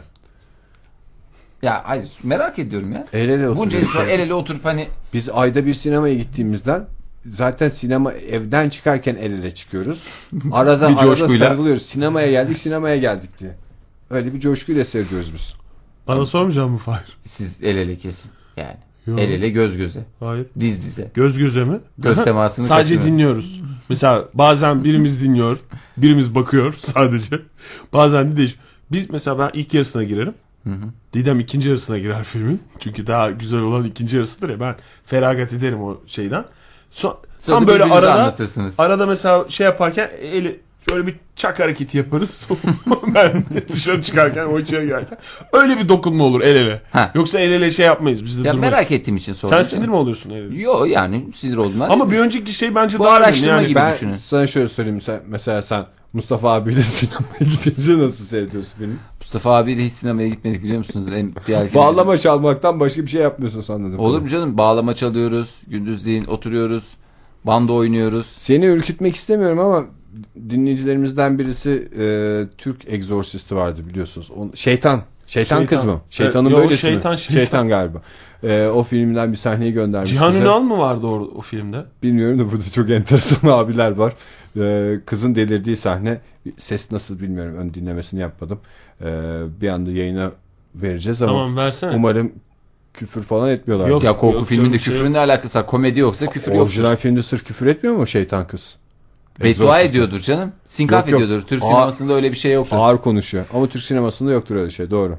Speaker 1: Ya hayır, merak ediyorum ya.
Speaker 3: El ele
Speaker 1: Bunca yıl sonra
Speaker 3: oturuyoruz.
Speaker 1: el ele oturup hani
Speaker 3: Biz ayda bir sinemaya gittiğimizden zaten sinema evden çıkarken el ele çıkıyoruz. Arada
Speaker 1: Bir coşkuyla.
Speaker 3: sarılıyoruz. Sinemaya geldik diye. Öyle bir coşkuyla seviyoruz biz.
Speaker 2: Bana sormayacak mı Fahir?
Speaker 1: siz el ele kesin. Yani
Speaker 2: Yok.
Speaker 1: el ele göz göze.
Speaker 2: Hayır.
Speaker 1: Diz dize.
Speaker 2: Göz göze mi?
Speaker 1: Göz temasını
Speaker 2: Sadece
Speaker 1: kaçırmayın.
Speaker 2: dinliyoruz. Mesela bazen birimiz dinliyor, birimiz bakıyor sadece. Bazen de değişiyor. Biz mesela ben ilk yarısına girerim. Didem ikinci yarısına girer filmin. Çünkü daha güzel olan ikinci yarısıdır ya. Ben feragat ederim o şeyden.
Speaker 1: Sonra
Speaker 2: Tam böyle
Speaker 1: birbirinize
Speaker 2: arada
Speaker 1: anlatırsınız.
Speaker 2: arada mesela şey yaparken eli şöyle bir çak hareketi yaparız. Ben dışarı çıkarken o içeri girerken. Öyle bir dokunma olur el ele.
Speaker 1: Ha.
Speaker 2: Yoksa el ele şey yapmayız. Biz de
Speaker 1: Ya
Speaker 2: durmayız.
Speaker 1: merak ettiğim için sordum.
Speaker 2: Sen sinir mi oluyorsun el ele?
Speaker 1: Yok yani sinir oldum.
Speaker 2: Ama bir önceki şey bence
Speaker 1: Bu
Speaker 2: daha önemli.
Speaker 1: araştırma
Speaker 2: Yani
Speaker 1: gibi.
Speaker 3: Ben
Speaker 1: düşünün.
Speaker 3: sana şöyle söyleyeyim. Mesela sen Mustafa abiyle sinemaya gidince nasıl seyrediyorsun filmi?
Speaker 1: Mustafa abiyle hiç sinemaya gitmedik biliyor musunuz?
Speaker 3: Bağlama çalmaktan başka bir şey yapmıyorsun sanırım.
Speaker 1: Olur mu canım? Bağlama çalıyoruz. Gündüzleyin oturuyoruz. Bando oynuyoruz.
Speaker 3: Seni ürkütmek istemiyorum ama dinleyicilerimizden birisi Türk egzorsisti vardı biliyorsunuz. Şeytan kız mı? Şeytanın
Speaker 2: Yok,
Speaker 3: böylesi
Speaker 2: şeytan,
Speaker 3: mi?
Speaker 2: şeytan.
Speaker 3: Şeytan galiba. O filmden bir sahneyi göndermiş
Speaker 2: Cihan
Speaker 3: bize.
Speaker 2: Ünal mı vardı o filmde?
Speaker 3: Bilmiyorum da burada çok enteresan abiler var. Kızın delirdiği sahne. Ses nasıl bilmiyorum. Ön dinlemesini yapmadım. Bir anda yayına vereceğiz ama
Speaker 2: Tamam versene.
Speaker 3: umarım küfür falan etmiyorlar.
Speaker 2: Yok.
Speaker 1: Ya korku filminde
Speaker 2: canım, şey
Speaker 1: küfrün ne alakası var? Komedi yoksa küfür yok.
Speaker 3: Orijinal filmde sırf küfür etmiyor mu şeytan kız?
Speaker 1: Beddua
Speaker 3: Egzorsist.
Speaker 1: ediyordur canım. Sinkaf
Speaker 3: Yok.
Speaker 1: ediyordur. Türk
Speaker 3: Aa.
Speaker 1: sinemasında öyle bir şey yoktur.
Speaker 3: Ağır konuşuyor. Ama Türk sinemasında yoktur öyle şey. Doğru.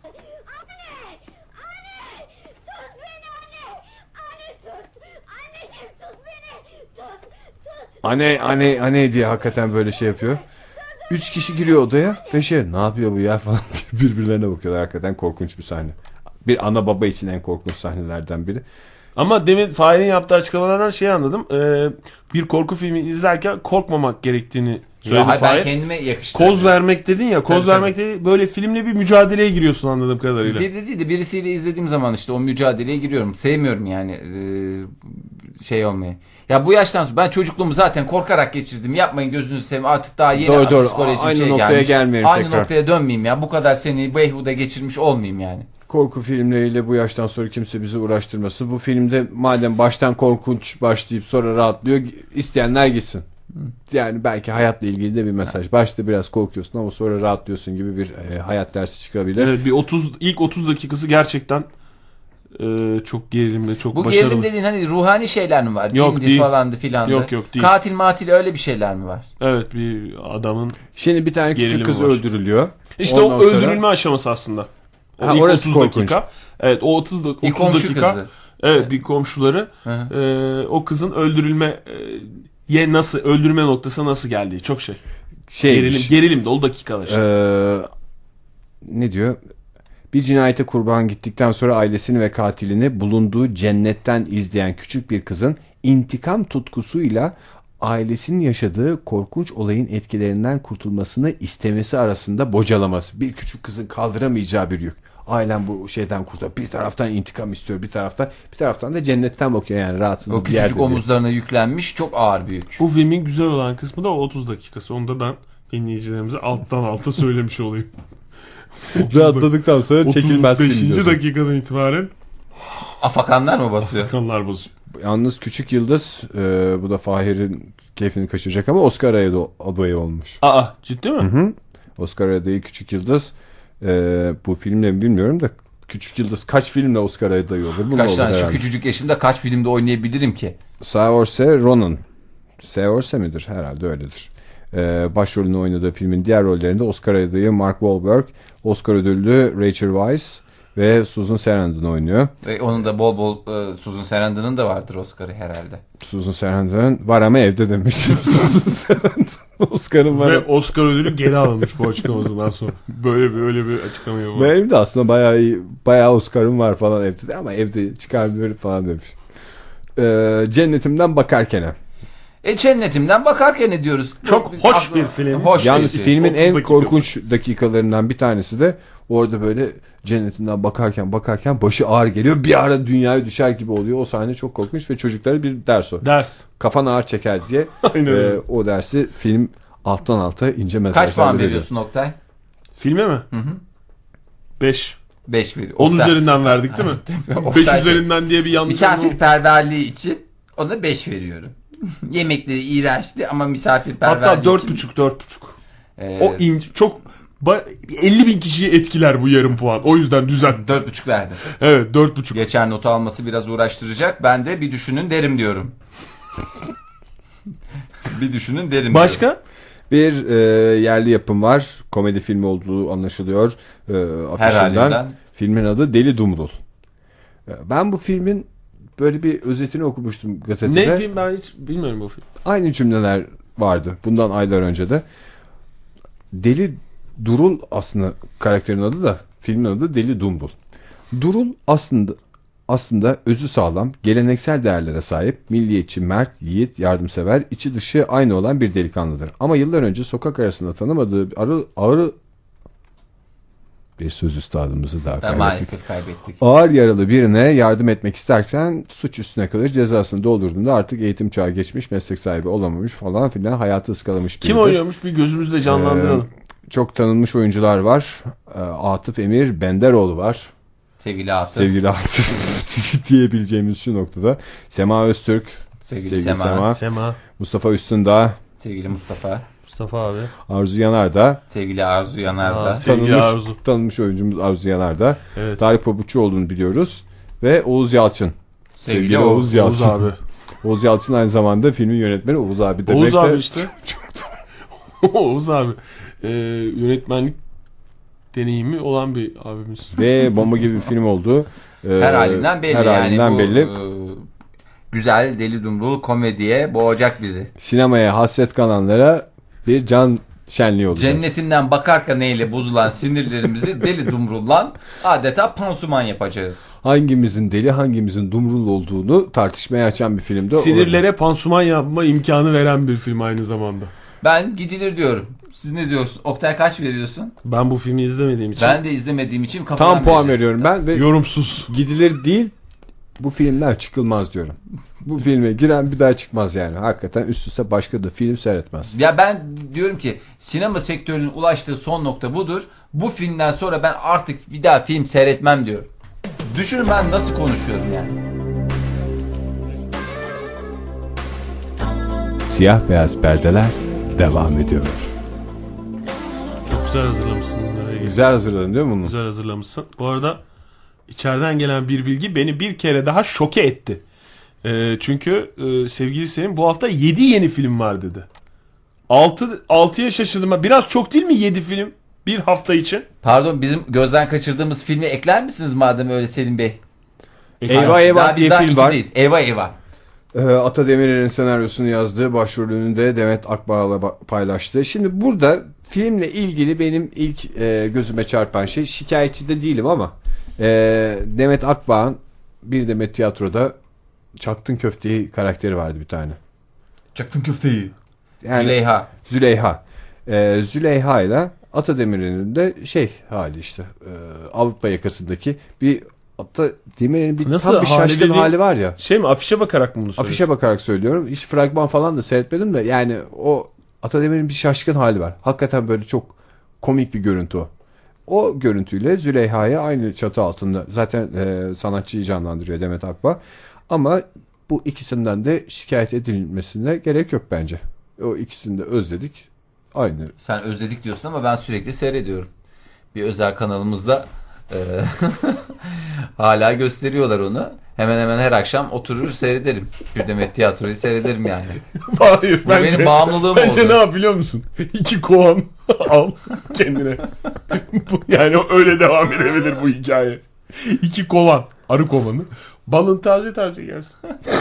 Speaker 3: Anne diye hakikaten böyle şey yapıyor. 3 kişi giriyor odaya ve ne yapıyor bu ya falan diye birbirlerine bakıyorlar. Hakikaten korkunç bir sahne. Bir ana baba için en korkunç sahnelerden biri.
Speaker 2: Ama demin Fahir'in yaptığı açıklamalardan şey anladım. Bir korku filmi izlerken korkmamak gerektiğini söyledi
Speaker 1: Hayır, ben
Speaker 2: Fahir.
Speaker 1: kendime yakıştırdım.
Speaker 2: Koz vermek dedin ya. Koz
Speaker 1: Tabii,
Speaker 2: vermek dedi. Böyle filmle bir mücadeleye giriyorsun anladığım kadarıyla.
Speaker 1: Değil de birisiyle izlediğim zaman işte o mücadeleye giriyorum. Sevmiyorum yani şey olmayı. Ya bu yaştan sonra ben çocukluğumu zaten korkarak geçirdim. Yapmayın gözünüzü seveyim. Artık daha yeni
Speaker 3: Doğru.
Speaker 1: psikolojim
Speaker 3: Aynı
Speaker 1: şey
Speaker 3: noktaya
Speaker 1: gelmiş.
Speaker 3: gelmeyelim
Speaker 1: Aynı
Speaker 3: tekrar.
Speaker 1: noktaya dönmeyeyim ya. Bu kadar seni beyhude geçirmiş olmayayım yani.
Speaker 3: Korku filmleriyle bu yaştan sonra kimse bizi uğraştırmasın. Bu filmde madem baştan korkunç başlayıp sonra rahatlıyor, isteyenler gitsin. Yani belki hayatla ilgili de bir mesaj. Başta biraz korkuyorsun ama sonra rahatlıyorsun gibi bir hayat dersi çıkabilir.
Speaker 2: Evet, ilk 30 dakikası gerçekten çok gerilimli, çok
Speaker 1: Bu
Speaker 2: başarılı.
Speaker 1: gerilim dediğin hani ruhani şeyler mi var?
Speaker 2: Yok,
Speaker 1: Cindi
Speaker 2: değil.
Speaker 1: falandı filandı.
Speaker 2: Yok, değil.
Speaker 1: Katil matil öyle bir şeyler mi var?
Speaker 2: Evet, bir adamın
Speaker 3: Şimdi bir tane küçük
Speaker 2: Gerilimi
Speaker 3: kız
Speaker 2: var.
Speaker 3: öldürülüyor.
Speaker 2: İşte
Speaker 3: Ondan
Speaker 2: o
Speaker 3: sonra-
Speaker 2: öldürülme aşaması aslında. O
Speaker 3: Ha,
Speaker 2: ilk
Speaker 3: orası
Speaker 2: 30
Speaker 3: korkunç.
Speaker 2: dakika. Evet, o 30
Speaker 1: Bir komşu
Speaker 2: dakika.
Speaker 1: kızı.
Speaker 2: Evet, bir komşuları
Speaker 1: Hı.
Speaker 2: o kızın öldürülme noktası nasıl geldiği çok şey. Gerilim dolu dakikalar işte.
Speaker 3: ne diyor? Bir cinayete kurban gittikten sonra ailesini ve katilini bulunduğu cennetten izleyen küçük bir kızın intikam tutkusuyla ailesinin yaşadığı korkunç olayın etkilerinden kurtulmasını istemesi arasında bocalaması. Bir küçük kızın kaldıramayacağı bir yük. Ailem bu şeyden kurtar. Bir taraftan intikam istiyor, bir taraftan da cennetten bakıyor, yani rahatsız
Speaker 1: O
Speaker 3: bir yerde.
Speaker 1: küçücük omuzlarına yüklenmiş çok ağır bir yük.
Speaker 2: Bu filmin güzel olan kısmı da 30 dakikası. Onu da ben dinleyicilerimize alttan alta söylemiş olayım.
Speaker 3: Rahatladıktan sonra çekilmez film
Speaker 2: 35.
Speaker 3: diyorsun.
Speaker 2: dakikadan itibaren
Speaker 1: Afakanlar mı basıyor?
Speaker 2: kanlar bozuyor.
Speaker 3: Yalnız Küçük Yıldız, bu da Fahir'in keyfini kaçıracak ama Oscar adayı olmuş.
Speaker 2: Aa, ciddi mi?
Speaker 3: Hı. Oscar adayı Küçük Yıldız. Bu filmle mi bilmiyorum da Küçük Yıldız kaç filmle Oscar adayı olur? Bunun
Speaker 1: Kaç
Speaker 3: olur
Speaker 1: tane şu
Speaker 3: herhalde.
Speaker 1: küçücük yaşımda kaç filmde oynayabilirim ki?
Speaker 3: Saoirse Ronan. Saoirse midir? Herhalde öyledir. Başrolünü oynadığı filmin diğer rollerinde Oscar adayı Mark Wahlberg, Oscar ödüllü Rachel Weisz ve Susan Sarandon oynuyor.
Speaker 1: Ve onun da bol bol Susan Sarandon'ın da vardır Oscar'ı herhalde.
Speaker 3: Susan Sarandon var ama evde demiş. Susan Sarandon Oscar'ın var.
Speaker 2: Ve Oscar ödülü geri alınmış bu açıklamasından sonra. Öyle bir açıklama yapıyor.
Speaker 3: Benim de aslında bayağı Oscar'ım var falan evde de, ama evde çıkarmıyorum falan demiş. Cennetimden bakarken.
Speaker 1: Cennetimden bakarken ne diyoruz?
Speaker 2: Çok hoş bir film.
Speaker 1: Hoş
Speaker 3: Yalnız
Speaker 1: bir film.
Speaker 3: filmin
Speaker 2: 30
Speaker 3: en
Speaker 2: dakikası.
Speaker 3: korkunç dakikalarından bir tanesi de orada böyle cennetinden bakarken başı ağır geliyor. Bir ara dünyaya düşer gibi oluyor. O sahne çok korkunç ve çocuklara bir ders o.
Speaker 2: Ders.
Speaker 3: Kafan ağır çeker diye
Speaker 2: Aynen öyle.
Speaker 3: o dersi film alttan alta ince mesajlarla
Speaker 1: Kaç puan
Speaker 3: veriyor.
Speaker 1: veriyorsun Oktay?
Speaker 2: Filme mi? 5.
Speaker 1: 5 veriyor.
Speaker 2: 10
Speaker 1: Oktay-
Speaker 2: üzerinden verdik değil mi?
Speaker 1: Oktay
Speaker 2: 5 üzerinden diye bir yanlış anlama.
Speaker 1: Misafirperverliği için ona 5 veriyorum. Yemekleri iğrençti ama misafirperverliği
Speaker 2: Hatta
Speaker 1: için...
Speaker 2: 4,5. O çok 50 bin kişiyi etkiler bu yarım puan. O yüzden düzelt.
Speaker 1: 4,5 verdim.
Speaker 2: Evet, 4,5.
Speaker 1: Geçer notu alması biraz uğraştıracak. Ben de bir düşünün derim diyorum. Bir düşünün derim
Speaker 2: Başka?
Speaker 1: diyorum.
Speaker 3: Bir yerli yapım var. Komedi filmi olduğu anlaşılıyor.
Speaker 1: Her
Speaker 3: Afişinden.
Speaker 1: halinden.
Speaker 3: Filmin adı Deli Dumrul. Ben bu filmin böyle bir özetini okumuştum gazetede.
Speaker 2: Ne film, ben hiç bilmiyorum bu film.
Speaker 3: Aynı cümleler vardı. Bundan aylar önce de. Deli Durul aslında karakterin adı da, filmin adı Deli Dumrul. Durul aslında özü sağlam, geleneksel değerlere sahip, milliyetçi, mert, yiğit, yardımsever, içi dışı aynı olan bir delikanlıdır. Ama yıllar önce sokak arasında tanımadığı ağır bir söz üstadımızı daha kaybettik.
Speaker 1: Maalesef kaybettik.
Speaker 3: Ağır yaralı birine yardım etmek isterken suç üstüne kalır, cezasını doldurduğunda artık eğitim çağı geçmiş, meslek sahibi olamamış falan filan, hayatı ıskalamış biridir.
Speaker 2: Kim oynuyormuş, bir gözümüzde canlandıralım.
Speaker 3: Çok tanınmış oyuncular var. Atıf Emir Benderoğlu var.
Speaker 1: Sevgili Atıf.
Speaker 3: Sevgili Atıf diyebileceğimiz şu noktada. Sema Öztürk.
Speaker 1: Sevgili Sema.
Speaker 2: Sema.
Speaker 3: Mustafa Üstündağ.
Speaker 1: Sevgili Mustafa.
Speaker 2: Mustafa abi.
Speaker 3: Arzu Yanardağ.
Speaker 1: Sevgili Arzu Yanardağ.
Speaker 2: Sevgili Arzu.
Speaker 3: Tanınmış oyuncumuz Arzu Yanardağ.
Speaker 2: Evet.
Speaker 3: Tarık Pabuççu olduğunu biliyoruz. Ve Oğuz Yalçın.
Speaker 1: Sevgili
Speaker 3: Oğuz Yalçın.
Speaker 2: Oğuz abi.
Speaker 3: Oğuz Yalçın aynı zamanda filmin yönetmeni Oğuz abi demek
Speaker 2: Oğuz
Speaker 3: de.
Speaker 2: abi işte. Oğuz abi. Yönetmenlik deneyimi olan bir abimiz.
Speaker 3: Ve bomba gibi bir film oldu.
Speaker 1: Her halinden belli
Speaker 3: Her
Speaker 1: yani
Speaker 3: halinden
Speaker 1: bu
Speaker 3: belli.
Speaker 1: Güzel Deli Dumrul komediye boğacak bizi.
Speaker 3: Sinemaya hasret kalanlara bir can şenliği olacak.
Speaker 1: Cennetinden bakarken neyle bozulan sinirlerimizi Deli Dumrul'dan adeta pansuman yapacağız.
Speaker 3: Hangimizin deli, hangimizin dumrul olduğunu tartışmaya açan bir filmde.
Speaker 2: Sinirlere pansuman yapma imkanı veren bir film aynı zamanda.
Speaker 1: Ben gidilir diyorum. Siz ne diyorsun? Oktay kaç veriyorsun?
Speaker 2: Ben bu filmi izlemediğim için
Speaker 1: Ben de izlemediğim için kafadan
Speaker 3: Tam puan
Speaker 1: vereceğiz.
Speaker 3: veriyorum ben ve
Speaker 2: yorumsuz.
Speaker 3: gidilir değil, bu filmler çıkılmaz diyorum. Bu filme giren bir daha çıkmaz yani. Hakikaten üst üste başka da film seyretmez.
Speaker 1: Ya ben diyorum ki sinema sektörünün ulaştığı son nokta budur. Bu filmden sonra ben artık bir daha film seyretmem diyorum. Düşünün ben nasıl konuşuyorum yani.
Speaker 3: Siyah beyaz perdeler devam ediyor.
Speaker 2: Çok güzel hazırlamışsın bunları.
Speaker 3: Güzel hazırladın değil mi bunu?
Speaker 2: Güzel hazırlamışsın. Bu arada içeriden gelen bir bilgi beni bir kere daha şoke etti. Çünkü sevgili Selim bu hafta 7 yeni film var dedi. 6'ya şaşırdım. Biraz çok değil mi 7 film bir hafta için?
Speaker 1: Pardon bizim gözden kaçırdığımız filmi ekler misiniz madem öyle Selim Bey?
Speaker 3: Eyvah Eyvah diye film var.
Speaker 1: Eyvah Eyvah.
Speaker 3: Ata Demirer'in senaryosunu yazdığı, başrolünü de Demet Akbağ'la paylaştı. Şimdi burada filmle ilgili benim ilk gözüme çarpan şey, şikayetçi de değilim ama Demet Akbağ'ın Bir Demet Tiyatro'da Çaktın Köfteyi karakteri vardı bir tane.
Speaker 1: Çaktın köfteyi.
Speaker 3: Yani, Züleyha. Züleyha ile Ata Demirer'in de hali işte Avrupa yakasındaki bir Ata Demirer'in tam bir şaşkın hali var ya.
Speaker 2: Şey mi, afişe bakarak mı bunu söylüyorsun?
Speaker 3: Afişe bakarak söylüyorum. Hiç fragman falan da seyretmedim de yani o Ata Demirer'in bir şaşkın hali var. Hakikaten böyle çok komik bir görüntü o. O görüntüyle Züleyha'yı aynı çatı altında zaten sanatçıyı canlandırıyor Demet Akbağ. Ama bu ikisinden de şikayet edilmesine gerek yok bence. O ikisini de özledik. Aynı.
Speaker 1: Sen özledik diyorsun ama ben sürekli seyrediyorum. Bir özel kanalımızda hala gösteriyorlar onu. Hemen hemen her akşam oturur seyrederim. Bir Demet Tiyatro'yu seyrederim yani.
Speaker 2: Hayır.
Speaker 1: Bu benim bağımlılığım oldu.
Speaker 2: Bence ne yap biliyor musun? 2 kovan al kendine. Yani öyle devam edebilir bu hikaye. 2 kovan. Arı kovanı. Balın taze taze yersin.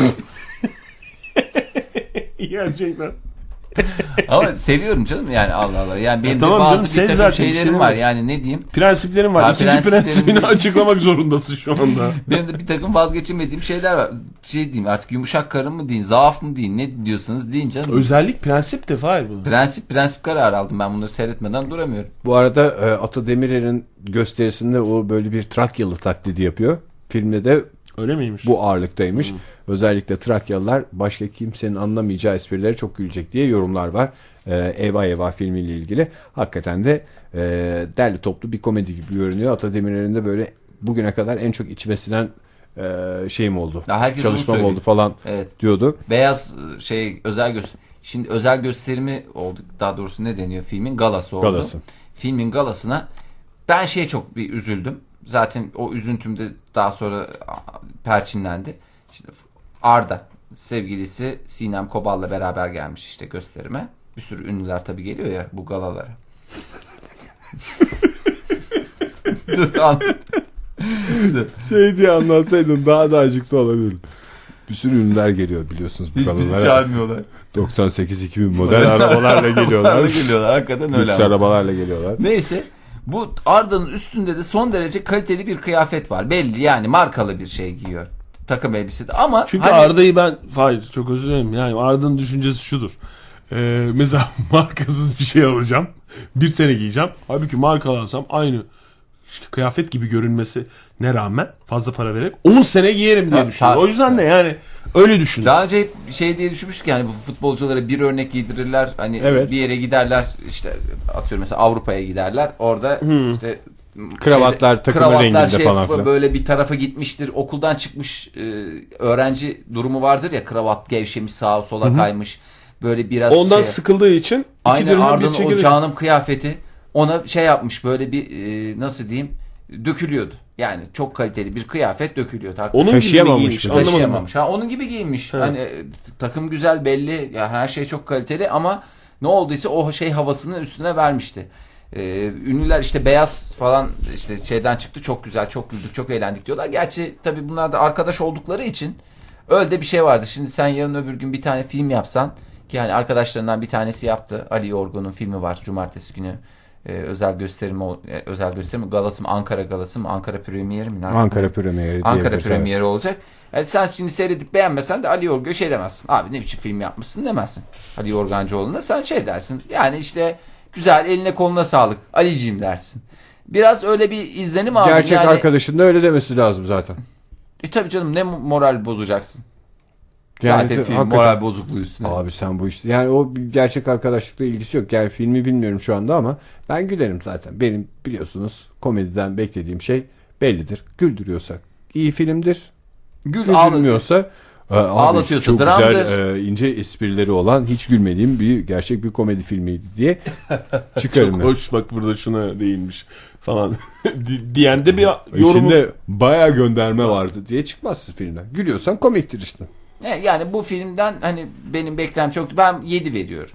Speaker 2: Gerçekten.
Speaker 1: Ama seviyorum canım yani, Allah Allah. Yani benim
Speaker 2: tamam
Speaker 1: de bazı
Speaker 2: canım,
Speaker 1: bir takım şeylerim var. Yani ne diyeyim?
Speaker 2: Prensiplerim var.
Speaker 1: Ha,
Speaker 2: İkinci prensibini açıklamak zorundasın şu anda.
Speaker 1: Benim de bir takım vazgeçemediğim şeyler var. Diyeyim artık, yumuşak karın mı deyin, zaaf mı deyin, ne diyorsanız deyin canım.
Speaker 2: Özellik prensip de Fahir bu.
Speaker 1: Prensip kararı aldım. Ben bunları seyretmeden duramıyorum.
Speaker 3: Bu arada Ata Demirer'in gösterisinde o böyle bir Trakyalı taklidi yapıyor. Filmde de
Speaker 2: öyle miymiş?
Speaker 3: bu ağırlıktaymış. Özellikle Trakyalılar başka kimsenin anlamayacağı esprileri çok gülecek diye yorumlar var. Eyvah Eyvah filmiyle ilgili. Hakikaten de derli toplu bir komedi gibi görünüyor. Ata Demirer'in de böyle bugüne kadar en çok içmesinden şeyim oldu. Çalışmam oldu falan diyordu.
Speaker 1: Beyaz özel gösterim. Şimdi özel gösterimi oldu. Daha doğrusu ne deniyor? Filmin galası oldu.
Speaker 3: Galası.
Speaker 1: Filmin galasına ben çok bir üzüldüm. Zaten o üzüntüm de daha sonra perçinlendi. İşte Arda sevgilisi Sinem Kobal'la beraber gelmiş işte gösterime. Bir sürü ünlüler tabii geliyor ya bu galalara.
Speaker 3: Diye anlatsaydın daha da acıklı olabilir. Bir sürü ünlüler geliyor biliyorsunuz bu galalara.
Speaker 1: Hiç çağırmıyorlar.
Speaker 3: 98-2000 model arabalarla geliyorlar.
Speaker 1: Hakikaten öyle.
Speaker 3: Lüks arabalarla geliyorlar.
Speaker 1: Neyse, bu Arda'nın üstünde de son derece kaliteli bir kıyafet var. Belli yani, markalı bir şey giyiyor. Takım elbise de ama
Speaker 2: çünkü Arda'yı çok özür dilerim. Yani Arda'nın düşüncesi şudur. Mesela markasız bir şey alacağım. 1 sene giyeceğim. Halbuki markalı alsam aynı kıyafet gibi görünmesine rağmen fazla para vererek 10 sene giyerim diye düşünüyorum. O yüzden de yani öyle düşünüyorum.
Speaker 1: Daha önce diye düşünmüştük yani, bu futbolculara bir örnek giydirirler. Hani bir yere giderler, işte atıyorum mesela Avrupa'ya giderler. Orada işte
Speaker 3: kravatlar takımı renginde falan.
Speaker 1: Böyle bir tarafa gitmiştir. Okuldan çıkmış öğrenci durumu vardır ya, kravat gevşemiş, sağa sola kaymış. Böyle biraz
Speaker 2: ondan sıkıldığı için
Speaker 1: aynı Arda'nın o canım kıyafeti ona yapmış, böyle bir nasıl diyeyim, dökülüyordu. Yani çok kaliteli bir kıyafet dökülüyordu.
Speaker 2: Onun
Speaker 1: taşıyamamış. Onun gibi giyinmiş. Hani takım güzel, belli. Ya her şey çok kaliteli ama ne olduysa o havasını üstüne vermişti. Ünlüler işte beyaz falan işte çıktı, çok güzel, çok güldük, çok eğlendik diyorlar. Gerçi tabii bunlar da arkadaş oldukları için öyle de bir şey vardı. Şimdi sen yarın öbür gün bir tane film yapsan, ki hani arkadaşlarından bir tanesi yaptı. Ali Yorgun'un filmi var cumartesi günü. Özel gösterimi galası mı, Ankara galası mı, Ankara premieri mi? Ankara premieri olacak. Yani sen şimdi seyredip beğenmesen de Ali Yorgun'a demezsin. Abi ne biçim film yapmışsın demezsin. Ali Yorgancıoğlu'na sen dersin. Yani işte güzel, eline koluna sağlık Aliciğim dersin. Biraz öyle bir izlenim aldım.
Speaker 3: Gerçek arkadaşın da öyle demesi lazım zaten.
Speaker 1: Tabii canım, ne moral bozacaksın.
Speaker 3: Yani
Speaker 1: zaten film moral bozukluğu üstüne.
Speaker 3: Abi sen bu işte yani o gerçek arkadaşlıkla ilgisi yok. Yani filmi bilmiyorum şu anda ama ben gülerim zaten. Benim biliyorsunuz komediden beklediğim şey bellidir. Güldürüyorsak iyi filmdir. Güldürmüyorsa ağlatıyorsa çok dramdır. Güzel ince esprileri olan, hiç gülmediğim gerçek bir komedi filmiydi diye çıkarım.
Speaker 2: Çok hoş, bak burada şuna değinmiş falan diyen de bir yorumu.
Speaker 3: İçinde bayağı gönderme vardı diye çıkmazsın filmden. Gülüyorsan komiktir işte.
Speaker 1: Yani bu filmden hani benim beklentim çok. Ben 7 veriyorum.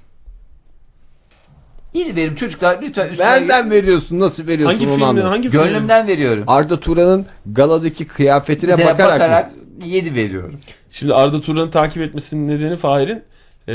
Speaker 1: 7 veririm çocuklar, lütfen üstüne.
Speaker 3: Nereden veriyorsun? Nasıl veriyorsun?
Speaker 2: Hangi filmden?
Speaker 1: Gönlümden veriyorum.
Speaker 3: Arda Turan'ın galadaki kıyafetine bakarak
Speaker 1: 7 veriyorum.
Speaker 2: Şimdi Arda Turan'ı takip etmesinin nedeni Fahir'in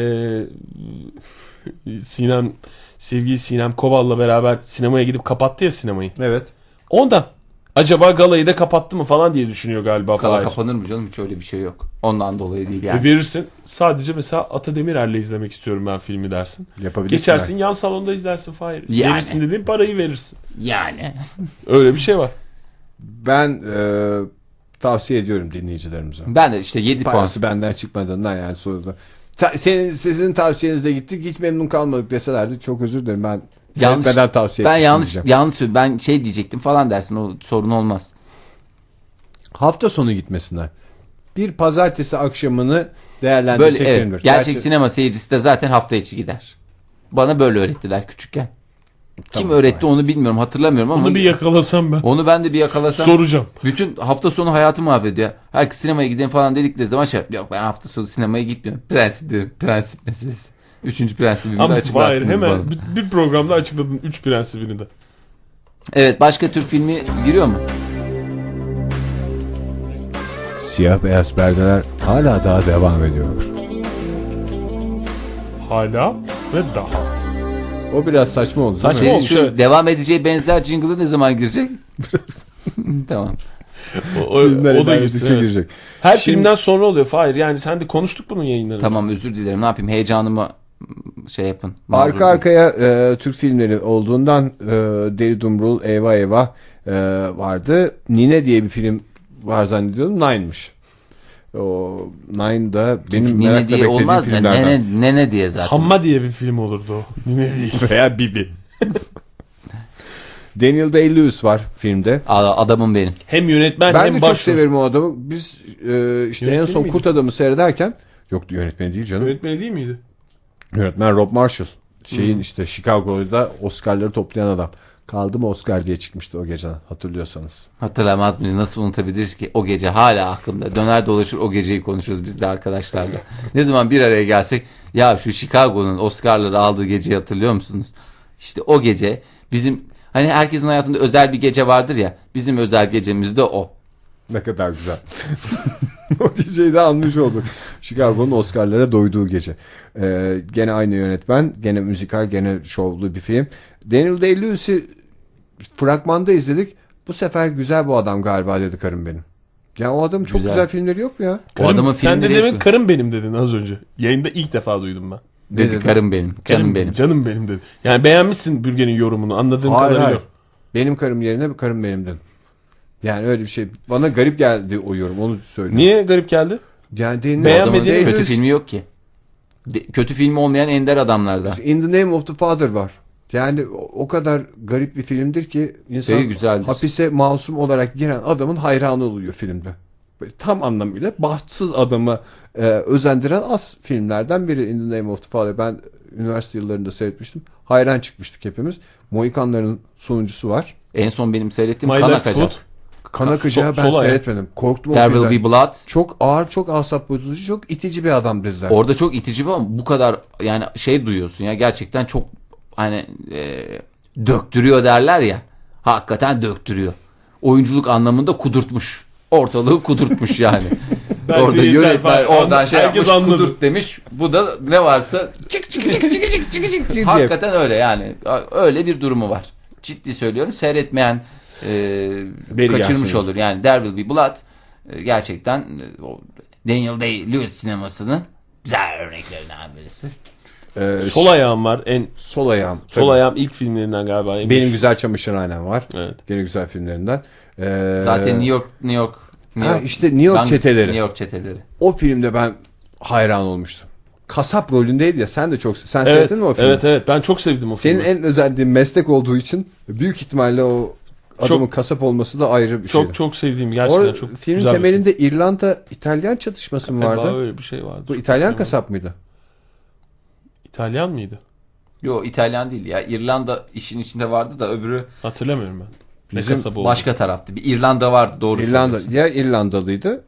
Speaker 2: sevgili Sinem Koval'la beraber sinemaya gidip kapattı ya sinemayı.
Speaker 3: Evet.
Speaker 2: Ondan. Acaba galayı da kapattı mı falan diye düşünüyor galiba
Speaker 1: Gala
Speaker 2: Fahir.
Speaker 1: kapanır mı canım? Hiç öyle bir şey yok. Ondan dolayı değil yani.
Speaker 2: Verirsin. Sadece mesela Ata Demirer'le izlemek istiyorum ben filmi dersin.
Speaker 3: Yapabilirsin.
Speaker 2: Geçersin yan salonda izlersin Fahir.
Speaker 1: Yani.
Speaker 2: Verirsin dediğin parayı verirsin.
Speaker 1: Yani.
Speaker 2: Öyle bir şey var.
Speaker 3: Ben tavsiye ediyorum dinleyicilerimize.
Speaker 1: Ben de işte 7 puan.
Speaker 3: Parası benden çıkmadığından yani sonunda. Sizin tavsiyenizle gittik, hiç memnun kalmadık deselerdi çok özür dilerim, ben seyretmeden tavsiye
Speaker 1: Ben
Speaker 3: etmişim
Speaker 1: yanlış
Speaker 3: diyeceğim.
Speaker 1: söylüyorum. Ben şey diyecektim falan dersin. O sorun olmaz.
Speaker 3: Hafta sonu gitmesinler. Bir pazartesi akşamını
Speaker 1: Böyle
Speaker 3: değerlendirecek
Speaker 1: evet.
Speaker 3: filmdir.
Speaker 1: Gerçek sinema seyircisi de zaten hafta içi gider. Bana böyle öğrettiler küçükken. Kim
Speaker 3: Tamam,
Speaker 1: öğretti onu bilmiyorum, hatırlamıyorum ama
Speaker 2: Onu bir yakalasam ben.
Speaker 1: onu ben de bir yakalasam
Speaker 2: Soracağım.
Speaker 1: bütün hafta sonu hayatımı mahvediyor. Herkes sinemaya gidelim falan dedikleri zaman yok ben hafta sonu sinemaya gitmiyorum. Prensip meselesi. Üçüncü prensibimizi
Speaker 2: Ama
Speaker 1: açıklattınız
Speaker 2: Fahir hemen
Speaker 1: bana.
Speaker 2: bir programda açıkladın 3 prensibini de.
Speaker 1: Evet, başka Türk filmi giriyor mu?
Speaker 3: Siyah beyaz perdeler hala daha devam ediyor.
Speaker 2: Hala ve daha.
Speaker 3: O biraz saçma oldu.
Speaker 2: Saçma
Speaker 3: değil mi?
Speaker 2: olmuş,
Speaker 1: Şu
Speaker 2: evet.
Speaker 1: devam edeceği benzer jingle'ı ne zaman girecek? Tamam.
Speaker 2: O
Speaker 3: Filmler
Speaker 2: da
Speaker 3: ilerledikçe
Speaker 2: girecek.
Speaker 3: girecek.
Speaker 2: Her
Speaker 3: Şimdi-
Speaker 2: filmden sonra oluyor Fahir. Yani sen de konuştuk bunun yayınlarında.
Speaker 1: Tamam, özür dilerim. Ne yapayım? Heyecanımı şey yapın.
Speaker 3: Arka arkaya Türk filmleri olduğundan Deli Dumrul, Eyvah Eyvah vardı. Nine diye bir film var zannediyorum. Nine'mış. O Nine da benim
Speaker 1: Nene
Speaker 3: merakla
Speaker 1: diye
Speaker 3: beklediğim
Speaker 1: olmaz da
Speaker 3: filmlerden.
Speaker 1: nene diye zaten.
Speaker 2: Hamma diye bir film olurdu o. Yine değil.
Speaker 3: Veya Bibi. Daniel Day-Lewis var filmde.
Speaker 1: Adamım benim.
Speaker 2: Hem yönetmen
Speaker 3: Ben
Speaker 2: hem
Speaker 3: de çok
Speaker 2: başrol.
Speaker 3: severim o adamı. Biz işte en
Speaker 2: Yönetmeni
Speaker 3: son
Speaker 2: miydi?
Speaker 3: Kurt Adam'ı seyrederken, yok yönetmeni değil canım.
Speaker 2: Yönetmeni değil miydi?
Speaker 3: Yönetmen Rob Marshall. Şeyin işte Chicago'da Oscar'ları toplayan adam. Kaldı mı Oscar diye çıkmıştı o gece, hatırlıyorsanız.
Speaker 1: Hatırlamaz mıyız? Nasıl unutabiliriz ki? O gece hala aklımda. Döner dolaşır o geceyi konuşuruz biz de arkadaşlarla. Ne zaman bir araya gelsek, ya şu Chicago'nun Oscar'ları aldığı geceyi hatırlıyor musunuz? İşte o gece bizim, hani herkesin hayatında özel bir gece vardır ya. Bizim özel gecemiz de o.
Speaker 3: Ne kadar güzel. O geceyi de anmış olduk. Chicago'nun Oscar'lara doyduğu gece. Gene aynı yönetmen, gene müzikal, gene şovlu bir film. Daniel Day-Lewis'i fragmanda izledik. Bu sefer güzel bu adam galiba dedi karım benim. Ya o adamın çok
Speaker 1: Güzel.
Speaker 3: güzel filmleri yok mu ya?
Speaker 1: O adamın
Speaker 2: Sen de
Speaker 1: filmleri
Speaker 2: demin
Speaker 1: hep-
Speaker 2: karım benim dedin az önce. Yayında ilk defa duydum ben.
Speaker 1: dedi
Speaker 3: dedi?
Speaker 1: karım benim. Canım benim.
Speaker 2: Canım benim dedi. Yani beğenmişsin Bürgen'in yorumunu anladığım
Speaker 3: Hayır,
Speaker 2: kadarıyla.
Speaker 3: hayır. Benim karım yerine karım benim dedim. Yani öyle bir şey. Bana garip geldi o yorum, onu söyleyeyim.
Speaker 2: Niye garip geldi?
Speaker 3: Yani Daniel
Speaker 2: Beğenmediğin
Speaker 1: Adamın
Speaker 3: Day-Lewis,
Speaker 1: kötü filmi yok ki. Kötü filmi olmayan ender adamlardan.
Speaker 3: In the Name of the Father var. Yani o kadar garip bir filmdir ki insan
Speaker 1: Şey güzeldir.
Speaker 3: hapise masum olarak giren adamın hayranı oluyor filmde. Böyle tam anlamıyla bahtsız adamı özendiren az filmlerden biri In the Name of the Father. Ben üniversite yıllarında seyretmiştim. Hayran çıkmıştık hepimiz. Mohikanların sonuncusu var.
Speaker 1: En son benim seyrettiğim
Speaker 2: My
Speaker 1: Kan
Speaker 2: Left
Speaker 1: Akacak.
Speaker 2: Foot.
Speaker 3: Kan Akacağı ben
Speaker 2: Sol ayak.
Speaker 3: seyretmedim. Korktum o
Speaker 1: There Will
Speaker 3: filmden.
Speaker 1: Be Blood.
Speaker 3: Çok ağır, çok asap bozucu, çok itici bir adam dediler.
Speaker 1: Orada çok itici bir ama bu kadar yani şey duyuyorsun ya, gerçekten çok hani döktürüyor derler ya. Hakikaten döktürüyor. Oyunculuk anlamında kudurtmuş. Ortalığı kudurtmuş yani.
Speaker 2: Bence
Speaker 1: Orada
Speaker 2: yeter
Speaker 1: yönetmen
Speaker 2: falan.
Speaker 1: oradan şey
Speaker 2: Herkes
Speaker 1: yapmış,
Speaker 2: anladı.
Speaker 1: kudurt demiş. Bu da ne varsa çık çık çık çık çık çık çık çık. Hakikaten öyle yani. Öyle bir durumu var. Ciddi söylüyorum. Seyretmeyen kaçırmış
Speaker 3: gelsin.
Speaker 1: olur. Yani There Will Be Blood gerçekten o Daniel Day-Lewis sinemasının güzel örneklerinden birisi.
Speaker 2: Sol ayağım var.
Speaker 3: Sol ayağım.
Speaker 2: Sol
Speaker 3: Tabii.
Speaker 2: ayağım ilk filmlerinden galiba. En
Speaker 3: Benim
Speaker 2: meşhur.
Speaker 3: Güzel Çamaşırhanem var.
Speaker 2: Evet.
Speaker 3: Gene güzel filmlerinden.
Speaker 1: Zaten New York.
Speaker 3: işte New York çeteleri.
Speaker 1: New York çeteleri.
Speaker 3: O filmde ben hayran olmuştum. Kasap rolündeydi ya, sen de çok sen
Speaker 2: Evet,
Speaker 3: seyrettin mi o filmi?
Speaker 2: evet ben çok sevdim o
Speaker 3: Senin
Speaker 2: filmi.
Speaker 3: en özendiğin meslek olduğu için büyük ihtimalle o adamın kasap olması da ayrı bir şey.
Speaker 2: Çok sevdiğim gerçekten çok
Speaker 3: filmin
Speaker 2: güzel
Speaker 3: temelinde İrlanda-İtalyan çatışması mı
Speaker 2: bir film.
Speaker 3: vardı?
Speaker 2: Öyle bir şey vardı.
Speaker 3: Bu İtalyan kasap mıydı?
Speaker 2: İtalyan mıydı?
Speaker 1: Yo, İtalyan değil ya. İrlanda işin içinde vardı da öbürü
Speaker 2: Hatırlamıyorum ben. Ne
Speaker 3: Bizim
Speaker 2: kasabı oldu?
Speaker 1: başka taraftı. Bir İrlanda vardı, doğru
Speaker 3: İrlanda
Speaker 1: söylüyorsun.
Speaker 3: ya İrlandalıydı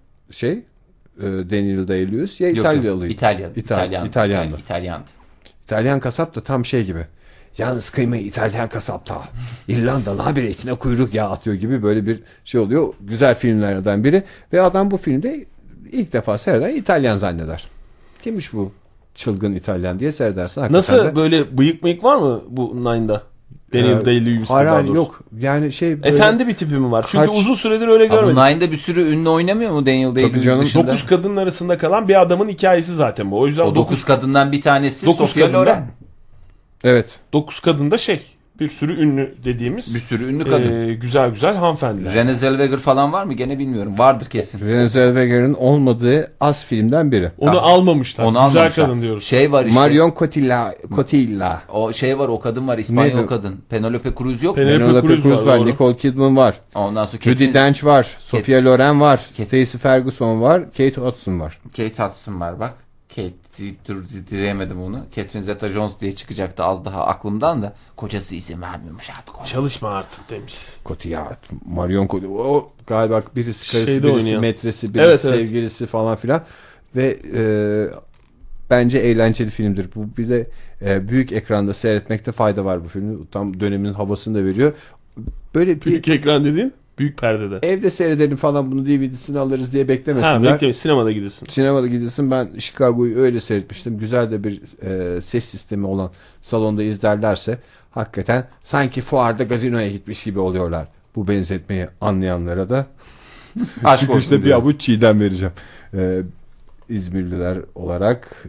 Speaker 3: Daniel Day-Lewis ya
Speaker 1: Yok,
Speaker 3: İtalyalıydı.
Speaker 1: İtalyandı.
Speaker 3: İtalyan kasap da tam şey gibi. Yalnız kıymayı İtalyan kasapta. İrlandalı habire içine kuyruk yağı atıyor gibi böyle bir şey oluyor. Güzel filmlerden biri. Ve adam bu filmde ilk defa seyreden İtalyan zanneder. Kimmiş bu çılgın İtalyan diye seyredersin. Hakikaten
Speaker 2: Nasıl
Speaker 3: de,
Speaker 2: böyle bıyık mıyık var mı bu Nine'da? Daniel Day-Lewis'te
Speaker 3: hayır,
Speaker 2: daha doğrusu.
Speaker 3: yok. Yani şey böyle,
Speaker 2: Efendi bir tipi mi var? Çünkü
Speaker 3: Kaç-
Speaker 2: uzun süredir öyle
Speaker 1: Ama
Speaker 2: görmedim.
Speaker 1: Nine'da bir sürü ünlü oynamıyor mu Daniel
Speaker 3: Tabii
Speaker 1: Day-Lewis
Speaker 3: canım,
Speaker 1: dışında?
Speaker 2: 9 kadının arasında kalan bir adamın hikayesi zaten bu. O yüzden
Speaker 1: O 9 kadından bir tanesi
Speaker 2: dokuz
Speaker 1: Sofia
Speaker 2: kadından-
Speaker 1: Loren.
Speaker 3: evet.
Speaker 2: 9 kadında bir sürü ünlü dediğimiz
Speaker 1: Bir sürü ünlü kadın.
Speaker 2: güzel güzel hanımefendiler.
Speaker 1: Renée Zellweger falan var mı? Gene bilmiyorum. Vardır kesin.
Speaker 3: Renée Zellweger'in olmadığı az filmden biri.
Speaker 2: Onu almamışlar.
Speaker 1: Onu
Speaker 2: güzel
Speaker 1: almamışlar.
Speaker 2: kadın diyoruz.
Speaker 1: Şey var işte.
Speaker 3: Marion Cotillard.
Speaker 1: O şey var, o kadın var, İspanyol
Speaker 3: Neydi?
Speaker 1: kadın. Penelope Cruz yok mu?
Speaker 2: Penelope Cruz
Speaker 3: Cruz
Speaker 2: var,
Speaker 3: var,
Speaker 2: doğru.
Speaker 3: Nicole Kidman var.
Speaker 1: Ondan sonra
Speaker 3: Judi Dench var, Sophia Loren var, Stacey Ferguson var, Kate Hudson var.
Speaker 1: Kate Hudson var bak. Kate diyemedim onu. Catherine Zeta-Jones diye çıkacaktı az daha aklımdan da. Kocası izin vermiyormuş artık.
Speaker 2: Çalışma artık demiş.
Speaker 3: Cotillard, Marion Cotillard. O galiba birisi karısı,
Speaker 2: Şeyde
Speaker 3: birisi
Speaker 2: oynayan.
Speaker 3: metresi, birisi
Speaker 2: Evet, evet.
Speaker 3: sevgilisi falan filan. Ve bence eğlenceli filmdir. Bu bir de büyük ekranda seyretmekte fayda var bu filmi. Tam dönemin havasını da veriyor. Böyle bir
Speaker 2: Büyük ekran dediğin büyük perdede.
Speaker 3: evde seyredelim falan, bunu DVD'sini alırız diye
Speaker 2: Ha,
Speaker 3: beklemesinler.
Speaker 2: bekleme, sinemada gidesin.
Speaker 3: Sinemada gidilsin. Ben Chicago'yu öyle seyretmiştim. Güzel de bir ses sistemi olan salonda izlerlerse hakikaten sanki fuarda gazinoya gitmiş gibi oluyorlar. Bu benzetmeyi anlayanlara da
Speaker 1: Aşk olsun
Speaker 3: işte bir
Speaker 1: diyoruz.
Speaker 3: avuç çiğdem vereceğim. İzmirliler olarak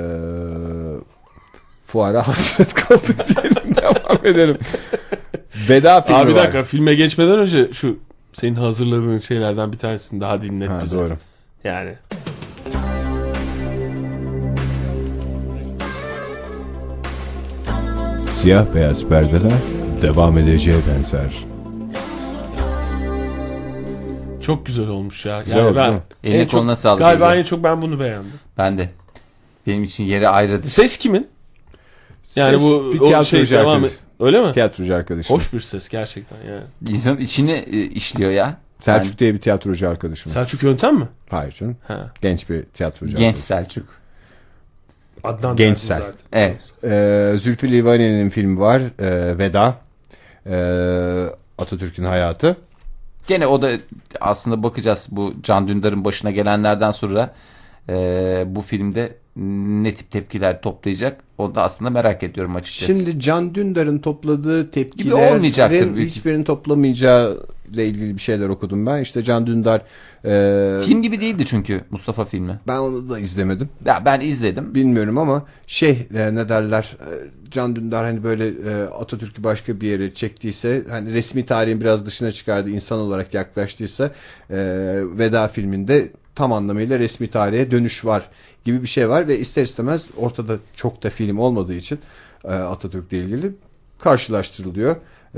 Speaker 3: fuara hasret kaldık diyelim. Devam edelim. Veda filmi
Speaker 2: Abi bir
Speaker 3: var.
Speaker 2: dakika, filme geçmeden önce şu senin hazırladığın şeylerden bir tanesini daha dinlet
Speaker 3: Ha,
Speaker 2: bize.
Speaker 3: doğru.
Speaker 2: Yani.
Speaker 3: Siyah beyaz perdeler devam edeceğe benzer.
Speaker 2: Çok güzel olmuş ya.
Speaker 3: Güzel
Speaker 2: Yani
Speaker 3: oldu, değil mi?
Speaker 1: Eline koluna sağlık.
Speaker 2: Galiba
Speaker 1: Ege.
Speaker 2: en çok ben bunu beğendim.
Speaker 1: Ben de. Benim için yeri ayrıdır.
Speaker 2: Ses kimin? Yani
Speaker 3: Ses
Speaker 2: bu
Speaker 3: bir
Speaker 2: o
Speaker 3: tiyatrocu
Speaker 2: şey devam
Speaker 3: arkadaş.
Speaker 2: Öyle mi?
Speaker 3: Tiyatrocu arkadaşım.
Speaker 2: Hoş bir ses gerçekten yani.
Speaker 1: İnsanın içini işliyor ya.
Speaker 3: Selçuk diye bir tiyatrocu arkadaşım.
Speaker 2: Selçuk Yöntem mi?
Speaker 3: Hayır canım.
Speaker 2: Ha.
Speaker 3: Genç bir tiyatrocu
Speaker 1: Genç
Speaker 3: arkadaşım.
Speaker 1: Selçuk.
Speaker 2: Adnan
Speaker 3: Genç
Speaker 2: derdi
Speaker 3: Sel.
Speaker 2: zaten.
Speaker 1: Evet.
Speaker 3: Zülfü Livaneli'nin filmi var. Veda. Atatürk'ün hayatı.
Speaker 1: Gene o da aslında bakacağız bu Can Dündar'ın başına gelenlerden sonra bu filmde ne tip tepkiler toplayacak. O da aslında merak ediyorum açıkçası.
Speaker 3: Şimdi Can Dündar'ın topladığı
Speaker 1: Gibi
Speaker 3: tepkilerin
Speaker 1: olmayacaktır büyük
Speaker 3: hiçbirinin toplamayacağı ile ilgili bir şeyler okudum ben. İşte Can Dündar
Speaker 1: Film gibi değildi çünkü Mustafa filmi.
Speaker 3: ben onu da izlemedim.
Speaker 1: Ya ben izledim.
Speaker 3: Bilmiyorum ama ne derler, Can Dündar hani böyle Atatürk'ü başka bir yere çektiyse, hani resmi tarihin biraz dışına çıkardı, insan olarak yaklaştıysa Veda filminde tam anlamıyla resmi tarihe dönüş var gibi bir şey var ve ister istemez ortada çok da film olmadığı için Atatürk'le ilgili karşılaştırılıyor.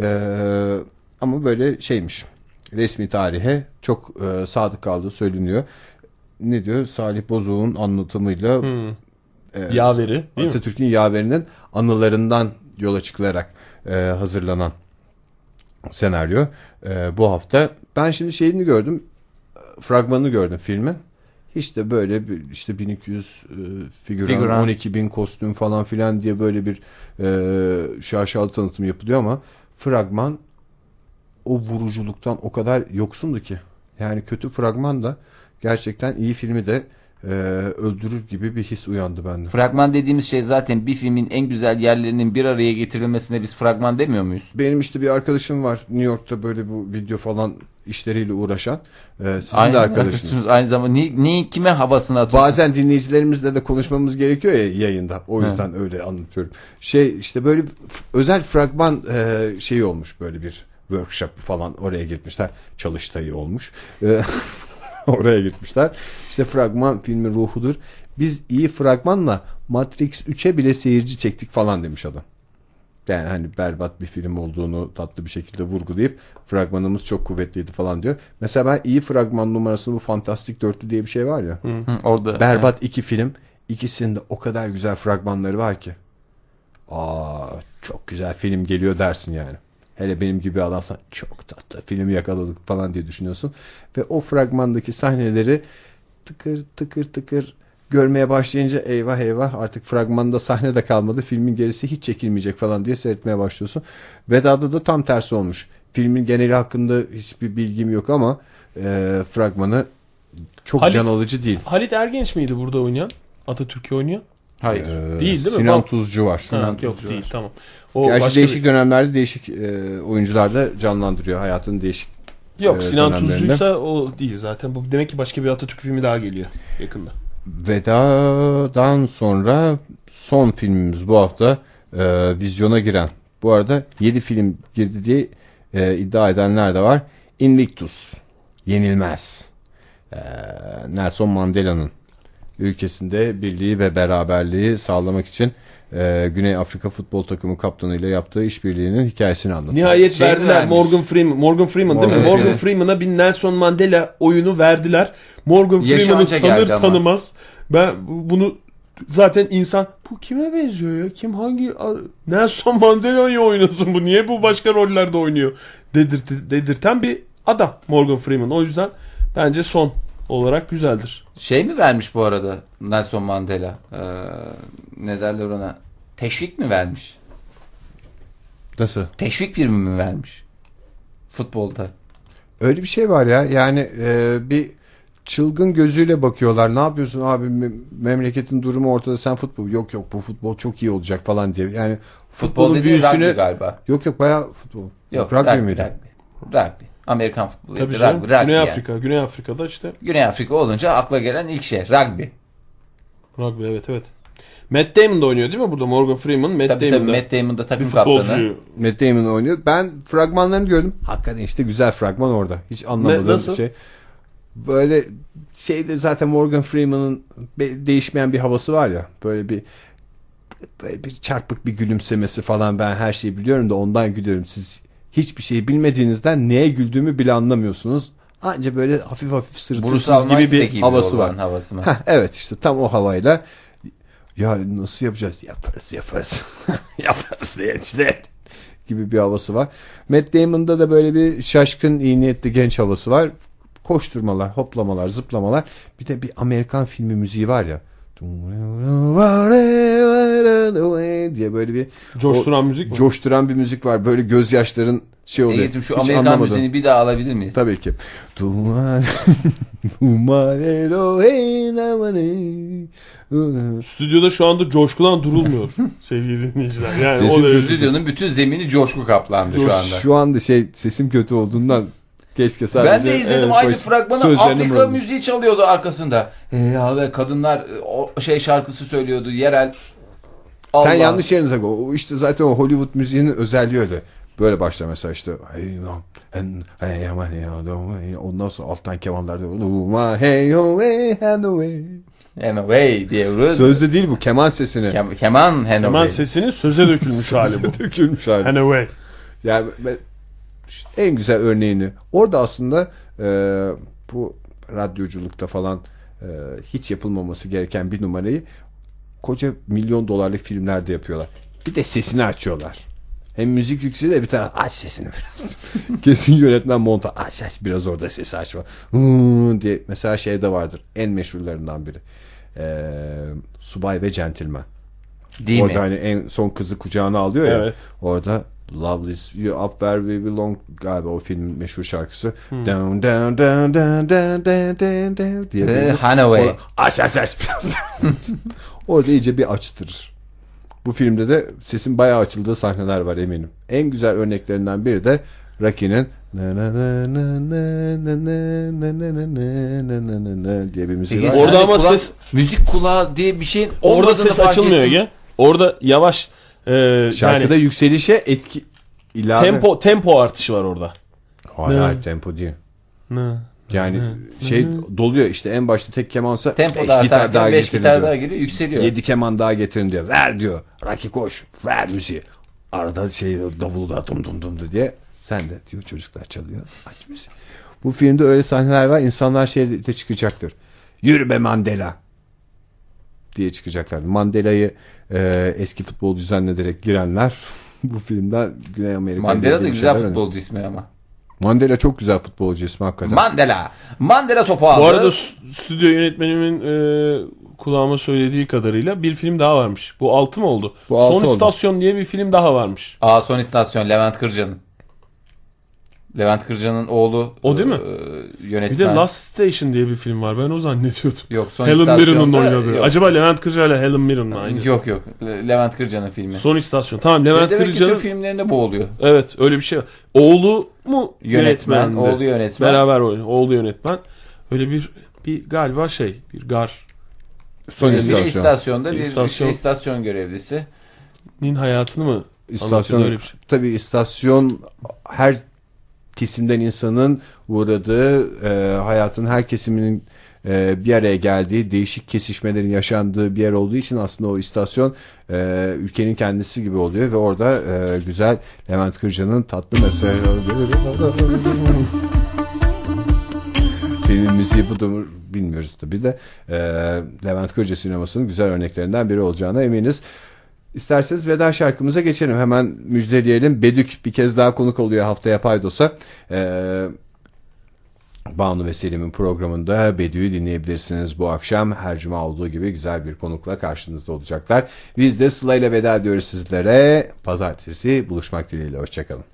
Speaker 3: Ama böyle şeymiş, resmi tarihe çok sadık kaldığı söyleniyor. Ne diyor? Salih Bozok'un anlatımıyla
Speaker 2: Yaveri değil mi?
Speaker 3: Atatürk'ün yaverinin anılarından yola çıkılarak hazırlanan senaryo bu hafta. Ben şimdi şeyini gördüm, fragmanını gördüm filmin. Hiç de böyle bir, işte 1200 figüran, 12.000 kostüm falan filan diye böyle bir şaşalı tanıtım yapılıyor ama fragman o vuruculuktan o kadar yoksundu ki. Yani kötü fragman da gerçekten iyi filmi de öldürür gibi bir his uyandı bende.
Speaker 1: Fragman dediğimiz şey zaten bir filmin en güzel yerlerinin bir araya getirilmesine biz fragman demiyor muyuz?
Speaker 3: Benim işte bir arkadaşım var New York'ta böyle bu video falan işleriyle uğraşan. Sizin
Speaker 1: Aynı
Speaker 3: de arkadaşınız.
Speaker 1: Aynı zamanda neyi kime havasını atıyor?
Speaker 3: Bazen dinleyicilerimizle de konuşmamız gerekiyor ya yayında. O yüzden öyle anlatıyorum. İşte böyle özel fragman şeyi olmuş, böyle bir workshop falan, oraya gitmişler. Çalıştayı olmuş. Oraya gitmişler. İşte fragman filmin ruhudur. Biz iyi fragmanla Matrix 3'e bile seyirci çektik falan demiş adam. Yani hani berbat bir film olduğunu tatlı bir şekilde vurgulayıp fragmanımız çok kuvvetliydi falan diyor. Mesela ben iyi fragman numarasını, bu Fantastik Dörtlü diye bir şey var ya.
Speaker 1: Orada.
Speaker 3: Berbat iki film. İkisinde o kadar güzel fragmanları var ki. Çok güzel film geliyor dersin yani. Hele benim gibi adamsan çok tatlı filmi yakaladık falan diye düşünüyorsun. Ve o fragmandaki sahneleri tıkır tıkır tıkır görmeye başlayınca eyvah eyvah, artık fragmanda sahne de kalmadı, filmin gerisi hiç çekilmeyecek falan diye seyretmeye başlıyorsun. Veda'da da tam tersi olmuş. Filmin geneli hakkında hiçbir bilgim yok ama fragmanı çok
Speaker 2: Halit-
Speaker 3: can alıcı değil.
Speaker 2: Halit Ergenç miydi burada oynayan? Atatürk'ü oynayan?
Speaker 1: Hayır.
Speaker 2: Değil mi?
Speaker 3: Sinan
Speaker 2: Bak-
Speaker 3: Tuzcu var.
Speaker 2: Ha, yok
Speaker 1: Tuzcu
Speaker 2: değil
Speaker 1: var.
Speaker 2: tamam. O
Speaker 3: Gerçi
Speaker 2: başka
Speaker 3: değişik dönemlerde değişik oyuncular da canlandırıyor hayatın değişik.
Speaker 2: Yok Sinan
Speaker 3: dönemlerinde.
Speaker 2: Tuzcu'ysa o değil zaten. Bu demek ki başka bir Atatürk filmi daha geliyor yakında.
Speaker 3: Veda'dan sonra son filmimiz bu hafta vizyona giren. Bu arada 7 film girdi diye iddia edenler de var. Invictus, Yenilmez. Nelson Mandela'nın ülkesinde birliği ve beraberliği sağlamak için Güney Afrika futbol takımı kaptanıyla yaptığı işbirliğinin hikayesini anlatıyor.
Speaker 2: Nihayet
Speaker 1: Şey
Speaker 2: verdiler
Speaker 1: vermiş.
Speaker 2: Morgan Freeman değil mi?
Speaker 1: Evet,
Speaker 2: Morgan
Speaker 1: evet.
Speaker 2: Freeman'a bir Nelson Mandela oyunu verdiler. Morgan
Speaker 1: Yaşı
Speaker 2: Freeman'ı
Speaker 1: anca
Speaker 2: tanır
Speaker 1: geldi ama.
Speaker 2: tanımaz. Ben bunu zaten insan bu kime benziyor ya? Kim hangi Nelson Mandela'yı oynasın bu? Niye bu başka rollerde oynuyor? Dedirten bir adam Morgan Freeman. O yüzden bence son olarak güzeldir.
Speaker 1: Şey mi vermiş bu arada Nelson Mandela? Ne derler ona? Teşvik mi vermiş?
Speaker 3: Nasıl?
Speaker 1: Teşvik primi mi vermiş? Futbolda.
Speaker 3: Öyle bir şey var ya. Yani bir çılgın gözüyle bakıyorlar. Ne yapıyorsun abi? Memleketin durumu ortada. Sen futbol. Yok bu futbol çok iyi olacak falan diye. Yani
Speaker 1: Futbol
Speaker 3: futbolun
Speaker 1: dediğin rugby
Speaker 3: büyüsünü
Speaker 1: galiba.
Speaker 3: Yok bayağı futbol.
Speaker 1: Yok,
Speaker 3: Rugby
Speaker 1: rugby,
Speaker 3: miydi?
Speaker 1: Rugby. Amerikan futbolu.
Speaker 2: Tabii
Speaker 1: Rugby,
Speaker 2: canım.
Speaker 1: rugby
Speaker 2: Güney
Speaker 1: yani.
Speaker 2: Afrika. Güney Afrika'da işte
Speaker 1: Güney Afrika olunca akla gelen ilk şey rugby.
Speaker 2: rugby evet. Matt Damon da oynuyor değil mi burada? Morgan Freeman, Matt
Speaker 1: Tabii
Speaker 2: Damon da.
Speaker 1: Matt Damon da
Speaker 2: Bir
Speaker 1: takım kaptanı.
Speaker 2: futbolcuyu.
Speaker 3: Matt Damon oynuyor. Ben fragmanlarını gördüm. Hakikaten işte güzel fragman orada. Hiç anlamadığım
Speaker 2: nasıl?
Speaker 3: şey. Böyle şeyde zaten Morgan Freeman'ın değişmeyen bir havası var ya. Böyle bir çarpık bir gülümsemesi falan, ben her şeyi biliyorum da ondan gülüyorum. Siz hiçbir şey bilmediğinizden neye güldüğümü bile anlamıyorsunuz. Anca böyle hafif hafif
Speaker 1: Bruce
Speaker 3: sırıtıyorsunuz
Speaker 1: Almighty
Speaker 3: gibi bir havası var.
Speaker 1: Havası mı?
Speaker 3: Heh, evet işte tam o havayla. Ya nasıl yapacağız? Yaparız. Yaparız gençler gibi bir havası var. Matt Damon'da da böyle bir şaşkın, iyi niyetli genç havası var. Koşturmalar, hoplamalar, zıplamalar. Bir de bir Amerikan filmi müziği var ya. diye böyle bir
Speaker 2: Coşturan müzik mi?
Speaker 3: coşturan bir müzik var. Böyle gözyaşların şey oluyor.
Speaker 1: Ege'cim şu
Speaker 3: Hiç
Speaker 1: Amerikan
Speaker 3: anlamadım.
Speaker 1: müziğini bir daha alabilir miyiz?
Speaker 3: Tabii ki.
Speaker 2: Stüdyoda şu anda coşkudan durulmuyor sevgili dinleyiciler. Yani
Speaker 3: Sesim
Speaker 2: o da
Speaker 1: Stüdyonun bütün zemini coşku kaplandı şu anda.
Speaker 3: Şu anda sesim kötü olduğundan keşke sadece...
Speaker 1: Ben de izledim aynı fragmanı,
Speaker 3: sözlerini
Speaker 1: Afrika
Speaker 3: bırakın.
Speaker 1: müziği çalıyordu arkasında. Ya ve kadınlar o şarkısı söylüyordu yerel.
Speaker 3: Sen
Speaker 1: Allah.
Speaker 3: yanlış yerine tak. O işte zaten o Hollywood müziğinin özelliği öyle. Böyle başlar mesela işte. Ondan sonra alttan kemanlarda
Speaker 1: Anyway diyoruz.
Speaker 3: sözde değil bu, keman sesini.
Speaker 1: Keman Hanaway.
Speaker 2: hemen sesinin söze dökülmüş hali bu.
Speaker 3: Dökülmüş hali.
Speaker 2: Anyway.
Speaker 3: Yani en güzel örneğini orada aslında bu radyoculukta falan hiç yapılmaması gereken bir numarayı koca milyon dolarlık filmlerde yapıyorlar. Bir de sesini açıyorlar. Hem müzik yükseliyor da bir tane aç sesini biraz. Kesin yönetmen monta aç biraz orada sesi açma diye. Mesela şeyde vardır, en meşhurlarından biri. Subay ve Gentleman.
Speaker 1: Değil
Speaker 3: Orada
Speaker 1: mi?
Speaker 3: hani en son kızı kucağına alıyor ya.
Speaker 2: Evet.
Speaker 3: Orada Love is you up where we belong galiba o filmin meşhur şarkısı. Down down down down down down down down diye. böyle.
Speaker 1: Hanaway.
Speaker 3: Orada aç biraz. Orada iyice bir açtırır. Bu filmde de sesin bayağı açıldığı sahneler var eminim. En güzel örneklerinden biri de Rocky'nin diye bir müziği var.
Speaker 2: Orada
Speaker 1: Sen de
Speaker 2: ama ses-
Speaker 1: müzik kulağı diye bir şeyin
Speaker 2: Orada
Speaker 1: olmadığını
Speaker 2: ses
Speaker 1: fark
Speaker 2: açılmıyor
Speaker 1: ettim.
Speaker 2: Ege. Orada yavaş
Speaker 3: Şarkıda
Speaker 2: yani
Speaker 3: yükselişe etki ilave.
Speaker 2: tempo artışı var orada.
Speaker 3: Hayır, tempo değil. Yani doluyor işte, en başta tek kemansa
Speaker 1: Tempo
Speaker 3: 5
Speaker 1: da
Speaker 3: gitar daha
Speaker 1: artarken 5
Speaker 3: getirin
Speaker 1: gitar
Speaker 3: diyor.
Speaker 1: daha giriyor, yükseliyor.
Speaker 3: 7 keman daha getirin diyor. Ver diyor. Rocky koş. Ver müziği. Arada davulu da dum dum dum diye. Sen de diyor, çocuklar çalıyor. Aç müziği. Bu filmde öyle sahneler var. İnsanlar şeyde çıkacaktır. Yürü be Mandela diye çıkacaklardı. Mandela'yı eski futbolcu zannederek girenler bu filmden Güney Amerika'ya
Speaker 1: Mandela da
Speaker 3: ilgili
Speaker 1: güzel
Speaker 3: şeyler
Speaker 1: futbolcu ismi ama.
Speaker 3: Mandela çok güzel futbolcu ismi hakikaten.
Speaker 1: Mandela topu aldı.
Speaker 2: Bu arada stüdyo yönetmenimin kulağıma söylediği kadarıyla bir film daha varmış. Bu 6 mı oldu?
Speaker 3: Bu altı
Speaker 2: Son
Speaker 3: oldu.
Speaker 2: İstasyon diye bir film daha varmış.
Speaker 1: Son istasyon Levent Kırca'nın. Levent Kırca'nın oğlu.
Speaker 2: O değil mi?
Speaker 1: Yönetmen.
Speaker 2: Bir de Last Station diye bir film var. Ben o zannediyordum.
Speaker 1: Yok, Son
Speaker 2: Helen
Speaker 1: İstasyon'da
Speaker 2: Mirren'ın oynadığı.
Speaker 1: yok.
Speaker 2: Acaba Levent Kırca ile Helen Mirren mi aynı?
Speaker 1: Yok. Levent Kırca'nın filmi.
Speaker 2: Son İstasyon. Tamam, Levent
Speaker 1: Demek ki
Speaker 2: Kırca'nın
Speaker 1: Türk filmlerinde boğuluyor.
Speaker 2: evet, öyle bir şey var. Oğlu mu
Speaker 1: Yönetmen,
Speaker 2: yönetmendi?
Speaker 1: oğlu yönetmen.
Speaker 2: Beraber oynuyor. Oğlu yönetmen. Öyle bir galiba bir gar
Speaker 3: Son
Speaker 1: Bir
Speaker 3: istasyon.
Speaker 1: istasyonda bir
Speaker 2: İstasyon.
Speaker 1: istasyon görevlisi.
Speaker 2: nin hayatını mı
Speaker 3: İstasyon,
Speaker 2: anlatıyor, öyle bir şey.
Speaker 3: tabii istasyon her kesimden insanın uğradığı, hayatın her kesiminin bir araya geldiği, değişik kesişmelerin yaşandığı bir yer olduğu için aslında o istasyon ülkenin kendisi gibi oluyor ve orada güzel Levent Kırca'nın tatlı mesajları filmin müziği budur bilmiyoruz tabii de Levent Kırca sinemasının güzel örneklerinden biri olacağına eminiz. İsterseniz veda şarkımıza geçelim. Hemen müjdeleyelim. Bedük bir kez daha konuk oluyor haftaya Paydos'a. Banu ve Selim'in programında Bedük'ü dinleyebilirsiniz bu akşam. Her cuma olduğu gibi güzel bir konukla karşınızda olacaklar. Biz de Sıla ile veda ediyoruz sizlere. Pazartesi buluşmak dileğiyle. Hoşçakalın.